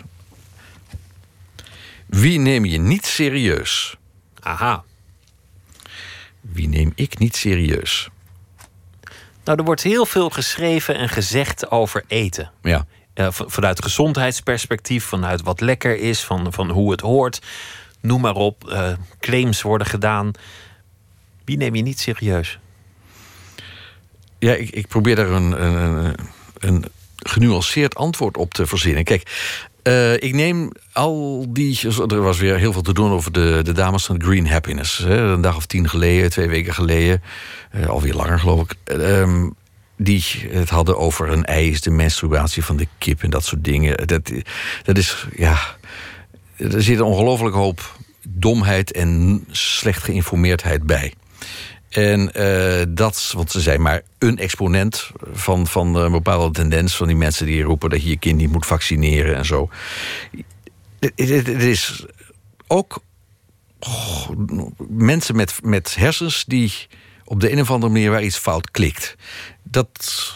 Wie neem je niet serieus? Aha. Wie neem ik niet serieus? Nou, er wordt heel veel geschreven en gezegd over eten. Ja. Vanuit gezondheidsperspectief, vanuit wat lekker is, van hoe het hoort. noem maar op. Claims worden gedaan. Wie neem je niet serieus? Ja, ik probeer daar een genuanceerd antwoord op te verzinnen. Kijk, ik neem al die... Er was weer heel veel te doen over de dames van Green Happiness. Hè, een dag of 10 geleden, 2 weken geleden. Alweer langer, geloof ik. Die het hadden over een ei, de menstruatie van de kip en dat soort dingen. Dat is, ja... Er zit een ongelooflijke hoop domheid en slecht geïnformeerdheid bij. En want ze zijn maar een exponent van een bepaalde tendens van die mensen die roepen dat je je kind niet moet vaccineren en zo. Het is ook mensen met hersens die op de een of andere manier waar iets fout klikt. Dat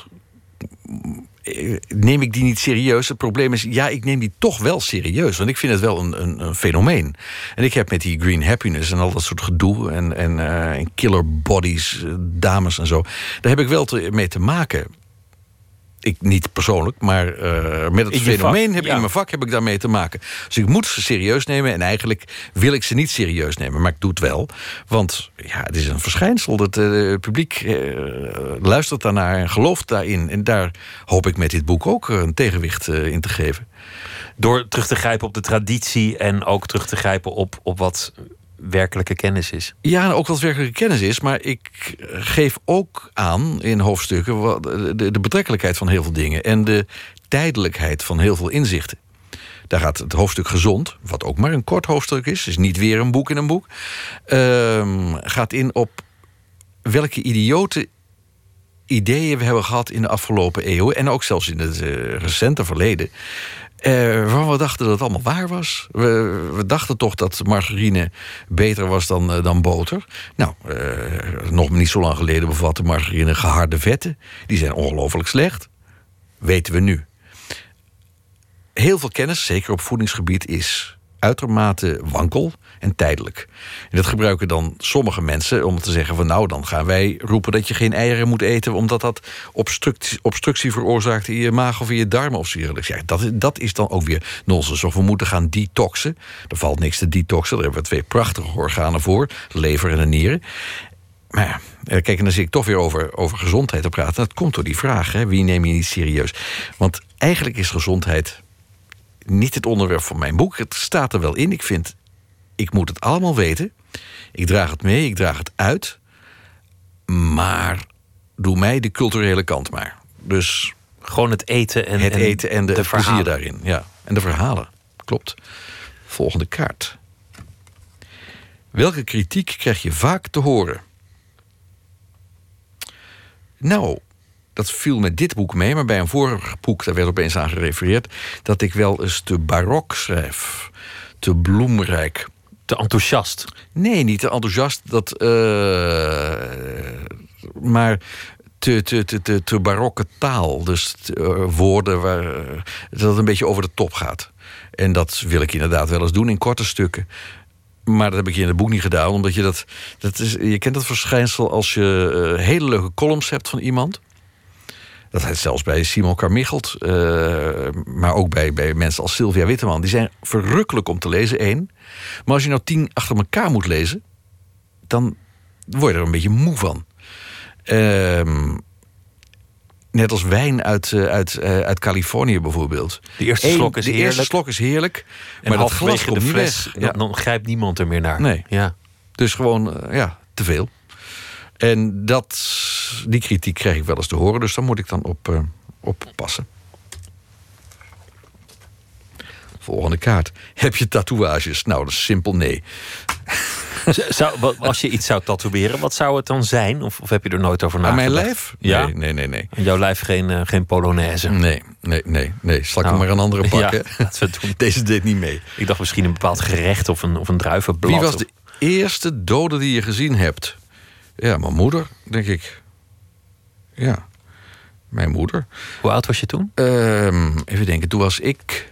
neem ik die niet serieus. Het probleem is, ja, ik neem die toch wel serieus. Want ik vind het wel een fenomeen. En ik heb met die Green Happiness en al dat soort gedoe... en killer bodies, dames en zo... daar heb ik wel mee te maken. Ik niet persoonlijk, maar met het fenomeen in mijn vak heb ik daarmee te maken. Dus ik moet ze serieus nemen en eigenlijk wil ik ze niet serieus nemen. Maar ik doe het wel, want ja, het is een verschijnsel. Het publiek luistert daarnaar en gelooft daarin. En daar hoop ik met dit boek ook een tegenwicht in te geven. Door terug te grijpen op de traditie en ook terug te grijpen op wat werkelijke kennis is. Ja, ook wat werkelijke kennis is. Maar ik geef ook aan in hoofdstukken de betrekkelijkheid van heel veel dingen. En de tijdelijkheid van heel veel inzichten. Daar gaat het hoofdstuk gezond, wat ook maar een kort hoofdstuk is niet weer een boek in een boek. Gaat in op welke idiote ideeën we hebben gehad in de afgelopen eeuwen. En ook zelfs in het recente verleden. Waarvan we dachten dat het allemaal waar was. We dachten toch dat margarine beter was dan boter. Nou, nog niet zo lang geleden bevatte margarine geharde vetten. Die zijn ongelooflijk slecht. Weten we nu. Heel veel kennis, zeker op voedingsgebied, is uitermate wankel en tijdelijk. En dat gebruiken dan sommige mensen om te zeggen van nou, dan gaan wij roepen dat je geen eieren moet eten omdat dat obstructie veroorzaakt in je maag of in je darmen of zoiets. Ja, dat is dan ook weer nonsens. Of we moeten gaan detoxen. Er valt niks te detoxen. Daar hebben we 2 prachtige organen voor, de lever en de nieren. Maar ja, kijk, en dan zit ik toch weer over gezondheid te praten. Dat komt door die vraag, hè? Wie neem je niet serieus? Want eigenlijk is gezondheid niet het onderwerp van mijn boek. Het staat er wel in. Ik vind, ik moet het allemaal weten. Ik draag het mee, ik draag het uit. Maar doe mij de culturele kant maar. Dus gewoon het eten en de plezier verhalen daarin. Ja, en de verhalen. Klopt. Volgende kaart. Welke kritiek krijg je vaak te horen? Nou, dat viel met dit boek mee, maar bij een vorig boek, daar werd opeens aan gerefereerd, dat ik wel eens te barok schrijf. Te bloemrijk. Te enthousiast? Nee, niet te enthousiast. Maar te barokke taal. Dus woorden waar dat het een beetje over de top gaat. En dat wil ik inderdaad wel eens doen in korte stukken. Maar dat heb ik in het boek niet gedaan, omdat je kent dat verschijnsel als je hele leuke columns hebt van iemand. Dat heet zelfs bij Simon Carmichelt, maar ook bij mensen als Sylvia Witteman. Die zijn verrukkelijk om te lezen, 1. Maar als je nou 10 achter elkaar moet lezen, dan word je er een beetje moe van. Net als wijn uit Californië bijvoorbeeld. De eerste slok is heerlijk. De eerste slok is heerlijk. En maar dat glas komt niet weg. Dan grijpt niemand er meer naar. Nee. Ja. Dus gewoon, te veel. En die kritiek krijg ik wel eens te horen. Dus daar moet ik dan op passen. Volgende kaart. Heb je tatoeages? Nou, dat is simpel nee. Als je iets zou tatoeëren, wat zou het dan zijn? Of heb je er nooit over nagedacht? Aan mijn lijf? Ja? Nee. Aan jouw lijf geen Polonaise? Nee. Zal ik er maar een andere pakken? Ja, laten we doen. Deze deed niet mee. Ik dacht misschien een bepaald gerecht of een druivenblad. Wie was de eerste dode die je gezien hebt? Ja, mijn moeder, denk ik. Ja, mijn moeder. Hoe oud was je toen? Even denken, toen was ik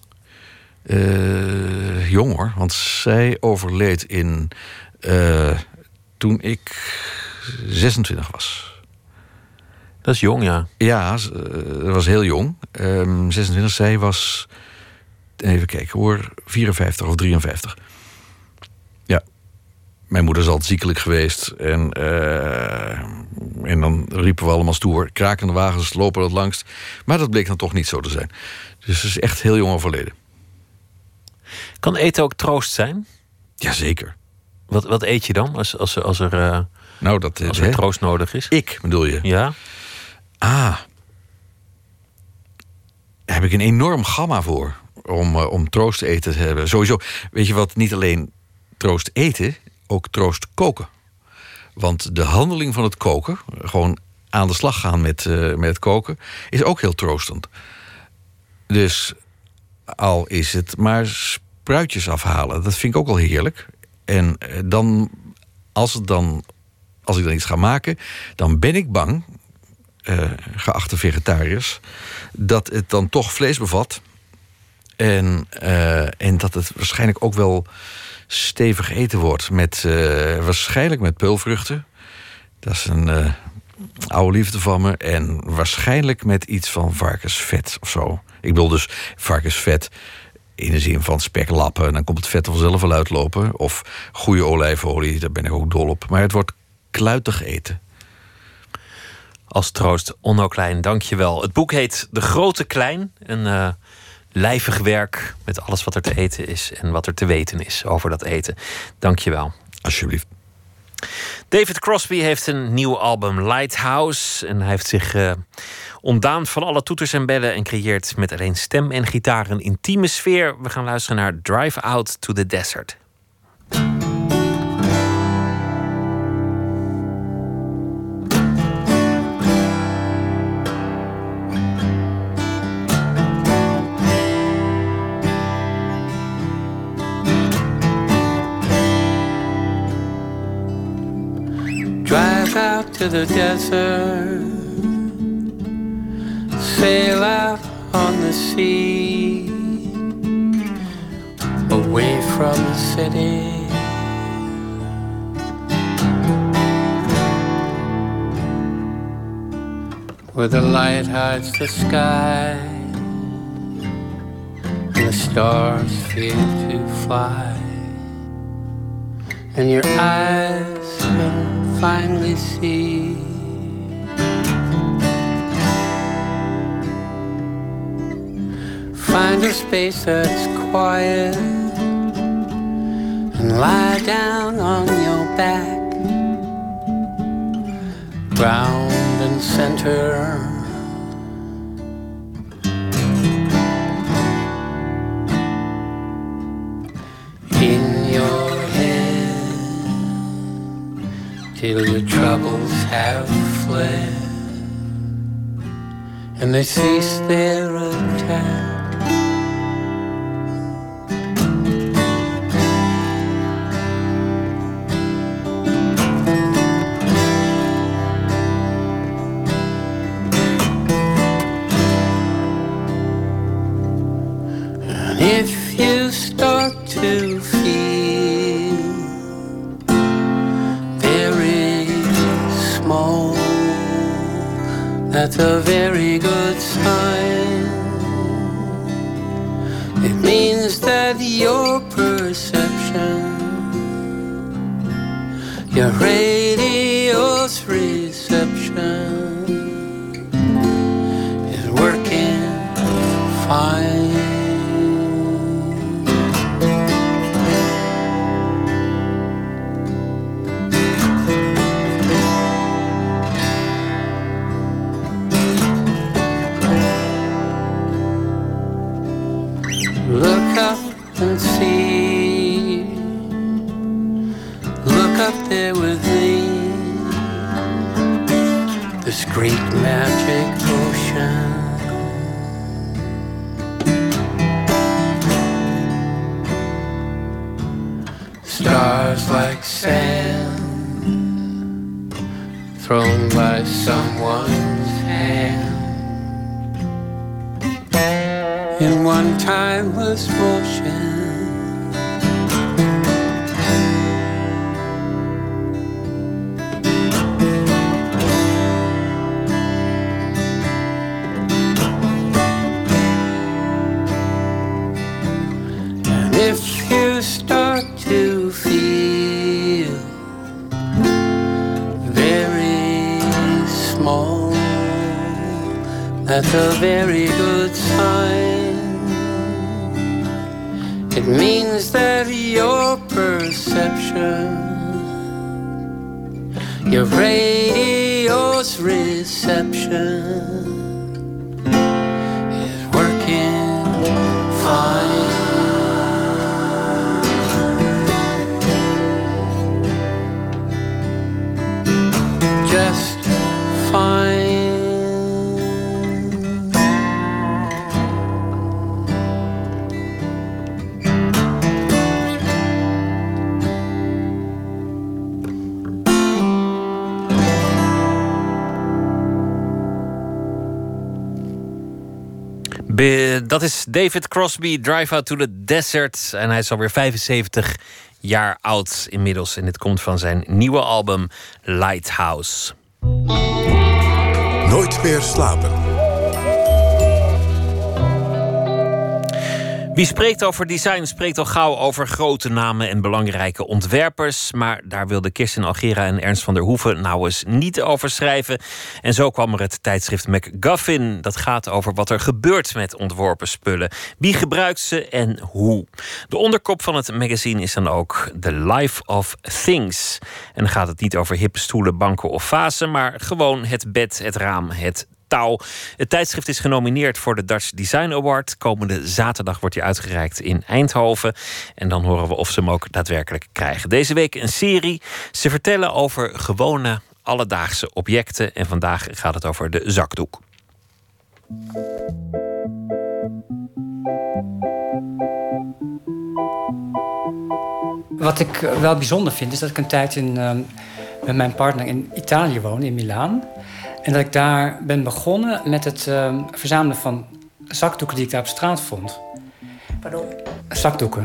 jong hoor. Want zij overleed toen ik 26 was. Dat is jong, ja. Ja, dat was heel jong. 26, zij was, even kijken hoor, 54 of 53. mijn moeder is altijd ziekelijk geweest. En dan riepen we allemaal stoer. Krakende wagens lopen het langst. Maar dat bleek dan toch niet zo te zijn. Dus het is echt heel jong overleden. Kan eten ook troost zijn? Jazeker. Wat eet je dan als er troost nodig is? Ik, bedoel je? Ja. Daar heb ik een enorm gamma voor. Om troost eten te hebben. Sowieso, weet je wat, niet alleen troost eten, ook troost koken. Want de handeling van het koken, gewoon aan de slag gaan met het koken, is ook heel troostend. Dus al is het maar spruitjes afhalen, dat vind ik ook al heerlijk. En dan, als ik dan iets ga maken, dan ben ik bang, geachte vegetariërs, dat het dan toch vlees bevat. En dat het waarschijnlijk ook wel stevig eten wordt. Waarschijnlijk met peulvruchten. Dat is een oude liefde van me. En waarschijnlijk met iets van varkensvet of zo. Ik bedoel dus varkensvet in de zin van speklappen. En dan komt het vet er vanzelf wel uitlopen. Of goede olijfolie, daar ben ik ook dol op. Maar het wordt kluitig eten. Als troost, Onno Klein, dank je wel. Het boek heet De Grote Klein. Een lijvig werk met alles wat er te eten is en wat er te weten is over dat eten. Dank je wel. Alsjeblieft. David Crosby heeft een nieuw album, Lighthouse. En hij heeft zich ontdaan van alle toeters en bellen en creëert met alleen stem en gitaar een intieme sfeer. We gaan luisteren naar Drive Out to the Desert. Drive out to the desert, sail out on the sea, away from the city. Where the light hides the sky and the stars fear to fly, and your eyes can finally see find a space that's quiet and lie down on your back, ground and center. In your till your troubles have fled and they cease their attack. And if you start to feel that's a very good sign. It means that your perception, your radio's reception is working fine. Look up and see, look up there with me, this great magic ocean. Stars like sand, thrown by someone's hand. In one timeless motion, and if you start to feel home. That's a very good sign. It means that your perception, your radio's reception is working fine. Just fine. Dat is David Crosby, Drive Out to the Desert. En hij is alweer 75 jaar oud inmiddels. En dit komt van zijn nieuwe album Lighthouse. Nooit meer slapen. Wie spreekt over design spreekt al gauw over grote namen en belangrijke ontwerpers. Maar daar wilden Kirsten Algera en Ernst van der Hoeven nou eens niet over schrijven. En zo kwam er het tijdschrift McGuffin. Dat gaat over wat er gebeurt met ontworpen spullen. Wie gebruikt ze en hoe? De onderkop van het magazine is dan ook The Life of Things. En dan gaat het niet over hippe stoelen, banken of vazen, maar gewoon het bed, het raam, het touw. Het tijdschrift is genomineerd voor de Dutch Design Award. Komende zaterdag wordt hij uitgereikt in Eindhoven. En dan horen we of ze hem ook daadwerkelijk krijgen. Deze week een serie. Ze vertellen over gewone alledaagse objecten. En vandaag gaat het over de zakdoek. Wat ik wel bijzonder vind, is dat ik een tijd met mijn partner in Italië woon, in Milaan. En dat ik daar ben begonnen met het verzamelen van zakdoeken die ik daar op straat vond. Pardon? Zakdoeken.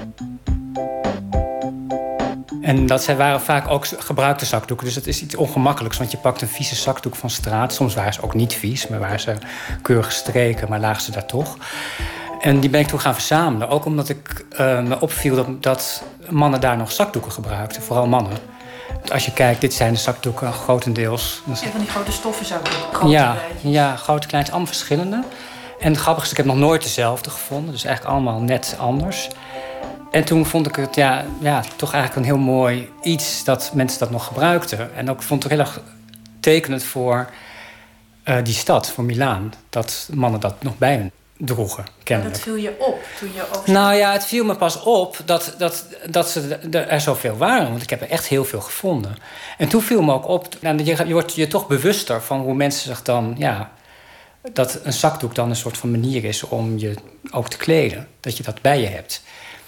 En waren vaak ook gebruikte zakdoeken. Dus het is iets ongemakkelijks, want je pakt een vieze zakdoek van straat. Soms waren ze ook niet vies, maar waren ze keurig gestreken, maar lagen ze daar toch. En die ben ik toen gaan verzamelen. Ook omdat ik me opviel dat mannen daar nog zakdoeken gebruikten. Vooral mannen. Als je kijkt, dit zijn de zakdoeken grotendeels. En van die grote stoffen zakdoeken? Ja, grote, kleine, allemaal verschillende. En het grappige is, ik heb nog nooit dezelfde gevonden. Dus eigenlijk allemaal net anders. En toen vond ik het toch eigenlijk een heel mooi iets dat mensen dat nog gebruikten. En ook vond ik het heel erg tekenend voor die stad, voor Milaan. Dat mannen dat nog bij hun droegen, kennelijk. Dat viel je op toen je over... Nou ja, het viel me pas op dat ze er zoveel waren. Want ik heb er echt heel veel gevonden. En toen viel me ook op... je wordt je toch bewuster van hoe mensen zich dan... dat een zakdoek dan een soort van manier is om je ook te kleden. Dat je dat bij je hebt.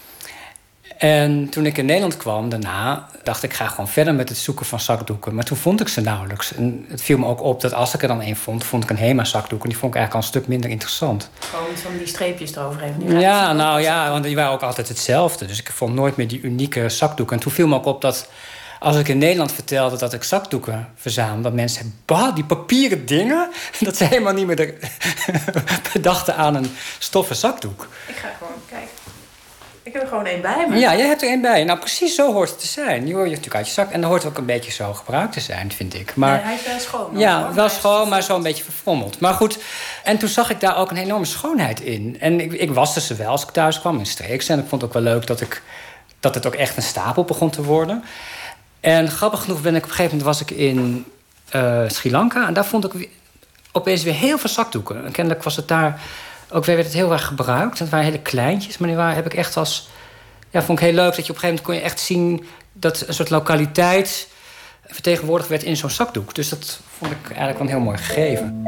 En toen ik in Nederland kwam daarna, dacht ik, ga gewoon verder met het zoeken van zakdoeken. Maar toen vond ik ze nauwelijks. En het viel me ook op dat als ik er dan een vond ik een HEMA-zakdoek. En die vond ik eigenlijk al een stuk minder interessant. Gewoon van die streepjes eroverheen. Ja, want die waren ook altijd hetzelfde. Dus ik vond nooit meer die unieke zakdoeken. En toen viel me ook op dat als ik in Nederland vertelde dat ik zakdoeken verzamelde, dat mensen zeiden, die papieren dingen, dat ze helemaal niet meer bedachten aan een stoffen zakdoek. Ik ga gewoon kijken. Ik heb er gewoon één bij me. Ja, jij hebt er één bij. Nou, precies zo hoort het te zijn. Die hoor je natuurlijk uit je zak. En dan hoort het ook een beetje zo gebruikt te zijn, vind ik. Maar hij is wel schoon. Ja, wel schoon, maar zo een beetje verfrommeld. Maar goed, en toen zag ik daar ook een enorme schoonheid in. En ik waste ze wel als ik thuis kwam in streeks. En ik vond het ook wel leuk dat het ook echt een stapel begon te worden. En grappig genoeg op een gegeven moment was ik in Sri Lanka. En daar vond ik opeens weer heel veel zakdoeken. En kennelijk was het daar... Ook werd het heel erg gebruikt. Het waren hele kleintjes, maar die heb ik echt als... Ja, vond ik heel leuk dat je op een gegeven moment kon je echt zien dat een soort lokaliteit vertegenwoordigd werd in zo'n zakdoek. Dus dat vond ik eigenlijk wel een heel mooi gegeven.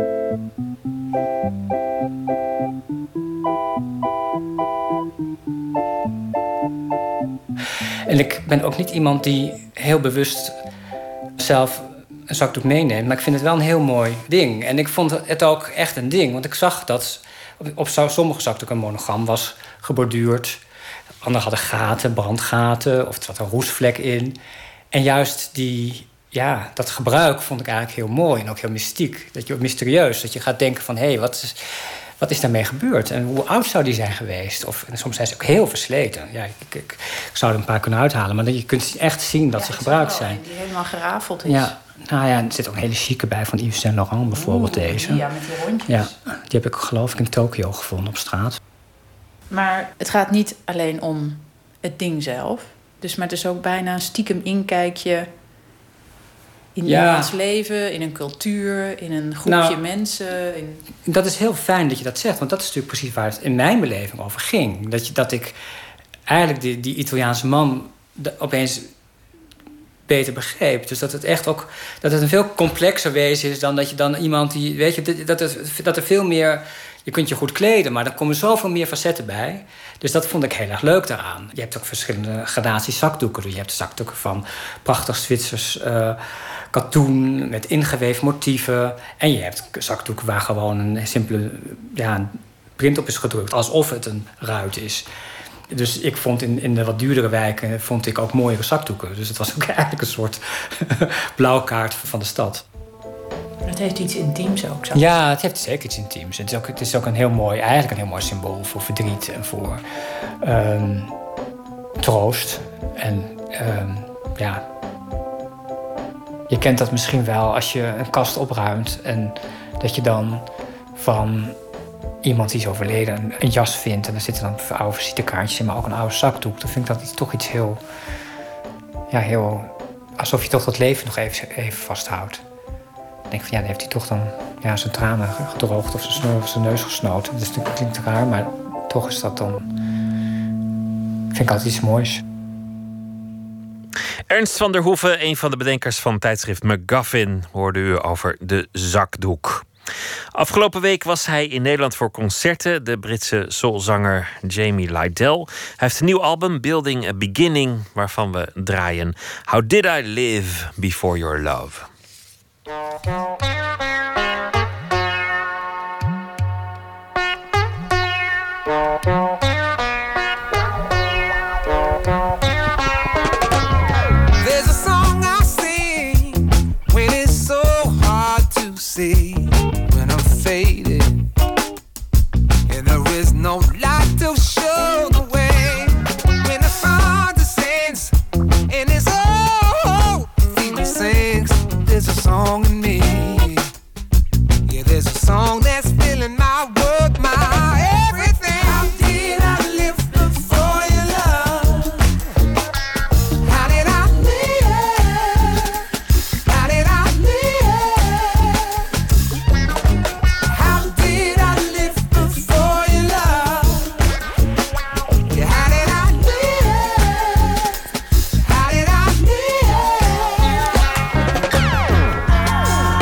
En ik ben ook niet iemand die heel bewust zelf een zakdoek meeneemt, maar ik vind het wel een heel mooi ding. En ik vond het ook echt een ding, want ik zag dat op sommige zakdoeken een monogram was geborduurd. Anderen hadden gaten, brandgaten, of er zat een roestvlek in. En juist dat gebruik vond ik eigenlijk heel mooi en ook heel mystiek. Mysterieus, dat je gaat denken van, hé, wat wat is daarmee gebeurd? En hoe oud zou die zijn geweest? En soms zijn ze ook heel versleten. Ja, ik zou er een paar kunnen uithalen. Maar je kunt echt zien dat ze gebruikt zijn. Die helemaal gerafeld is. Ja, nou ja, er zit ook een hele chique bij van Yves Saint Laurent bijvoorbeeld deze. Ja, met die rondjes. Ja, die heb ik geloof ik in Tokio gevonden op straat. Maar het gaat niet alleen om het ding zelf. Dus, maar het is ook bijna een stiekem inkijkje in iemands leven, in een cultuur, in een groepje mensen. Dat is heel fijn dat je dat zegt, want dat is natuurlijk precies waar het in mijn beleving over ging. Dat ik eigenlijk die Italiaanse man opeens beter begreep. Dus dat het echt ook dat het een veel complexer wezen is dan dat je dan iemand die, weet je, dat er veel meer. Je kunt je goed kleden, maar er komen zoveel meer facetten bij. Dus dat vond ik heel erg leuk daaraan. Je hebt ook verschillende gradaties zakdoeken. Je hebt zakdoeken van prachtig Zwitsers katoen met ingeweefd motieven. En je hebt zakdoeken waar gewoon een simpele print op is gedrukt. Alsof het een ruit is. Dus ik vond in de wat duurdere wijken ook mooiere zakdoeken. Dus het was ook eigenlijk een soort blauwkaart van de stad. Het heeft iets intiems ook. Zo. Ja, het heeft zeker iets intiems. Het is ook een heel mooi symbool voor verdriet en voor troost. En je kent dat misschien wel als je een kast opruimt en dat je dan van iemand die is overleden een jas vindt en er zitten dan oude visitekaartjes in, maar ook een oude zakdoek. Dan vind ik dat toch iets heel alsof je toch dat leven nog even vasthoudt. Ik denk van dan heeft hij toch dan zijn tranen gedroogd of zijn neus gesnoten. Dat is natuurlijk niet raar, maar toch is dat dan. Vind ik altijd iets moois. Ernst van der Hoeven, een van de bedenkers van tijdschrift McGuffin, hoorde u over de zakdoek. Afgelopen week was hij in Nederland voor concerten. De Britse soulzanger Jamie Lydell. Hij heeft een nieuw album, Building a Beginning, waarvan we draaien How Did I Live Before Your Love. There's a song I sing when it's so hard to see, when I'm faded and there is no light to show the way, when the sun descends and it's all feeling sings. There's a song in me, yeah, there's a song that's filling my world, my everything. How did I live before your love? How did I live? How did I live? How did I live before your love? Yeah, how did I live? How did I live?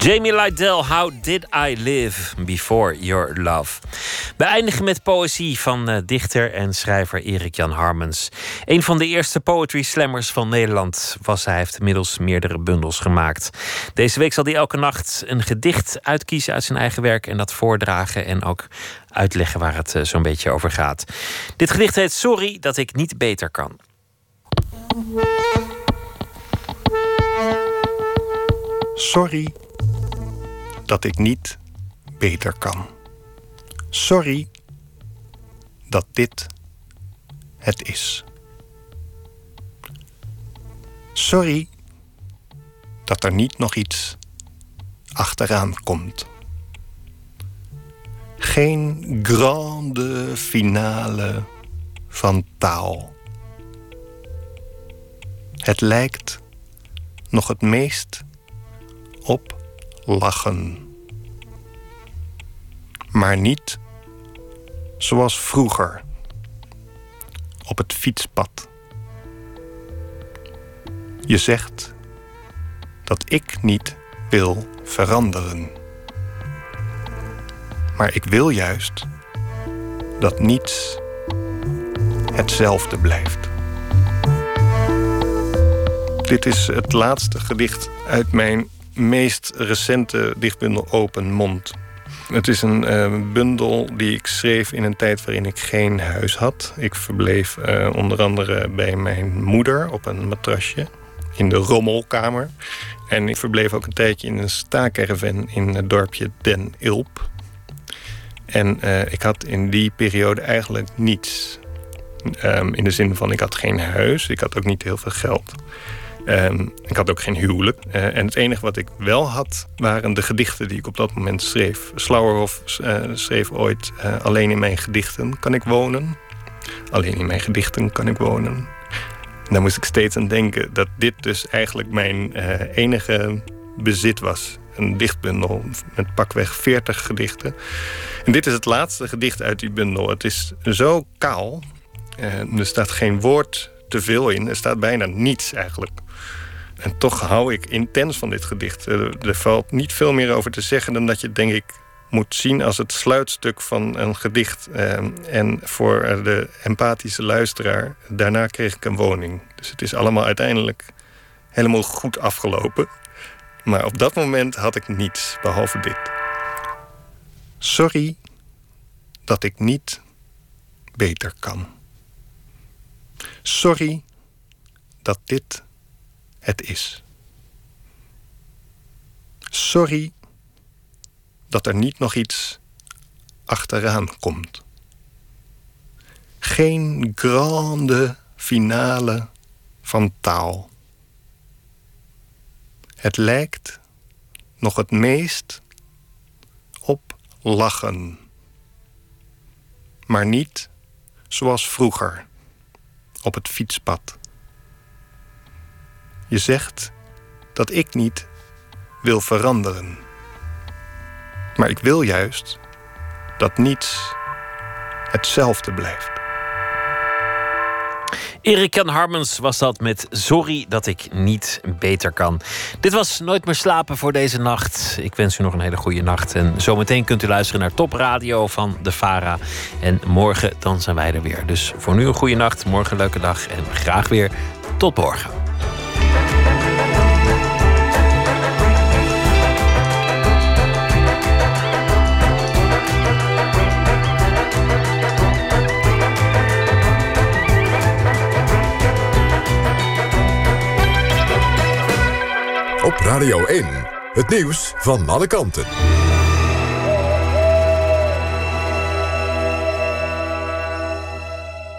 Jamie Lydell, How Did I Live Before Your Love? We eindigen met poëzie van dichter en schrijver Erik-Jan Harmens. Een van de eerste poetry slammers van Nederland was hij. Hij heeft inmiddels meerdere bundels gemaakt. Deze week zal hij elke nacht een gedicht uitkiezen uit zijn eigen werk en dat voordragen en ook uitleggen waar het zo'n beetje over gaat. Dit gedicht heet Sorry dat ik niet beter kan. Sorry dat ik niet beter kan. Sorry dat dit het is. Sorry dat er niet nog iets achteraan komt. Geen grande finale van taal. Het lijkt nog het meest op lachen. Maar niet zoals vroeger op het fietspad. Je zegt dat ik niet wil veranderen. Maar ik wil juist dat niets hetzelfde blijft. Dit is het laatste gedicht uit mijn meest recente dichtbundel Open Mond. Het is een bundel die ik schreef in een tijd waarin ik geen huis had. Ik verbleef onder andere bij mijn moeder op een matrasje in de rommelkamer. En ik verbleef ook een tijdje in een staakerven in het dorpje Den Ilp. En ik had in die periode eigenlijk niets. In de zin van, ik had geen huis, ik had ook niet heel veel geld. Ik had ook geen huwelijk. En het enige wat ik wel had, waren de gedichten die ik op dat moment schreef. Slauerhoff schreef ooit, alleen in mijn gedichten kan ik wonen. Alleen in mijn gedichten kan ik wonen. En daar moest ik steeds aan denken dat dit dus eigenlijk mijn enige bezit was. Een dichtbundel met pakweg 40 gedichten. En dit is het laatste gedicht uit die bundel. Het is zo kaal. Er staat geen woord te veel in. Er staat bijna niets eigenlijk. En toch hou ik intens van dit gedicht. Er valt niet veel meer over te zeggen dan dat je, denk ik, moet zien als het sluitstuk van een gedicht. En voor de empathische luisteraar, daarna kreeg ik een woning. Dus het is allemaal uiteindelijk helemaal goed afgelopen. Maar op dat moment had ik niets, behalve dit. Sorry dat ik niet beter kan. Sorry dat dit het is. Sorry dat er niet nog iets achteraan komt. Geen grande finale van taal. Het lijkt nog het meest op lachen. Maar niet zoals vroeger op het fietspad. Je zegt dat ik niet wil veranderen. Maar ik wil juist dat niets hetzelfde blijft. Erik-Jan Harmens was dat met Sorry dat ik niet beter kan. Dit was Nooit meer slapen voor deze nacht. Ik wens u nog een hele goede nacht. En zometeen kunt u luisteren naar Top Radio van de VARA. En morgen dan zijn wij er weer. Dus voor nu een goede nacht, morgen een leuke dag. En graag weer tot morgen. Op Radio 1, het nieuws van alle kanten.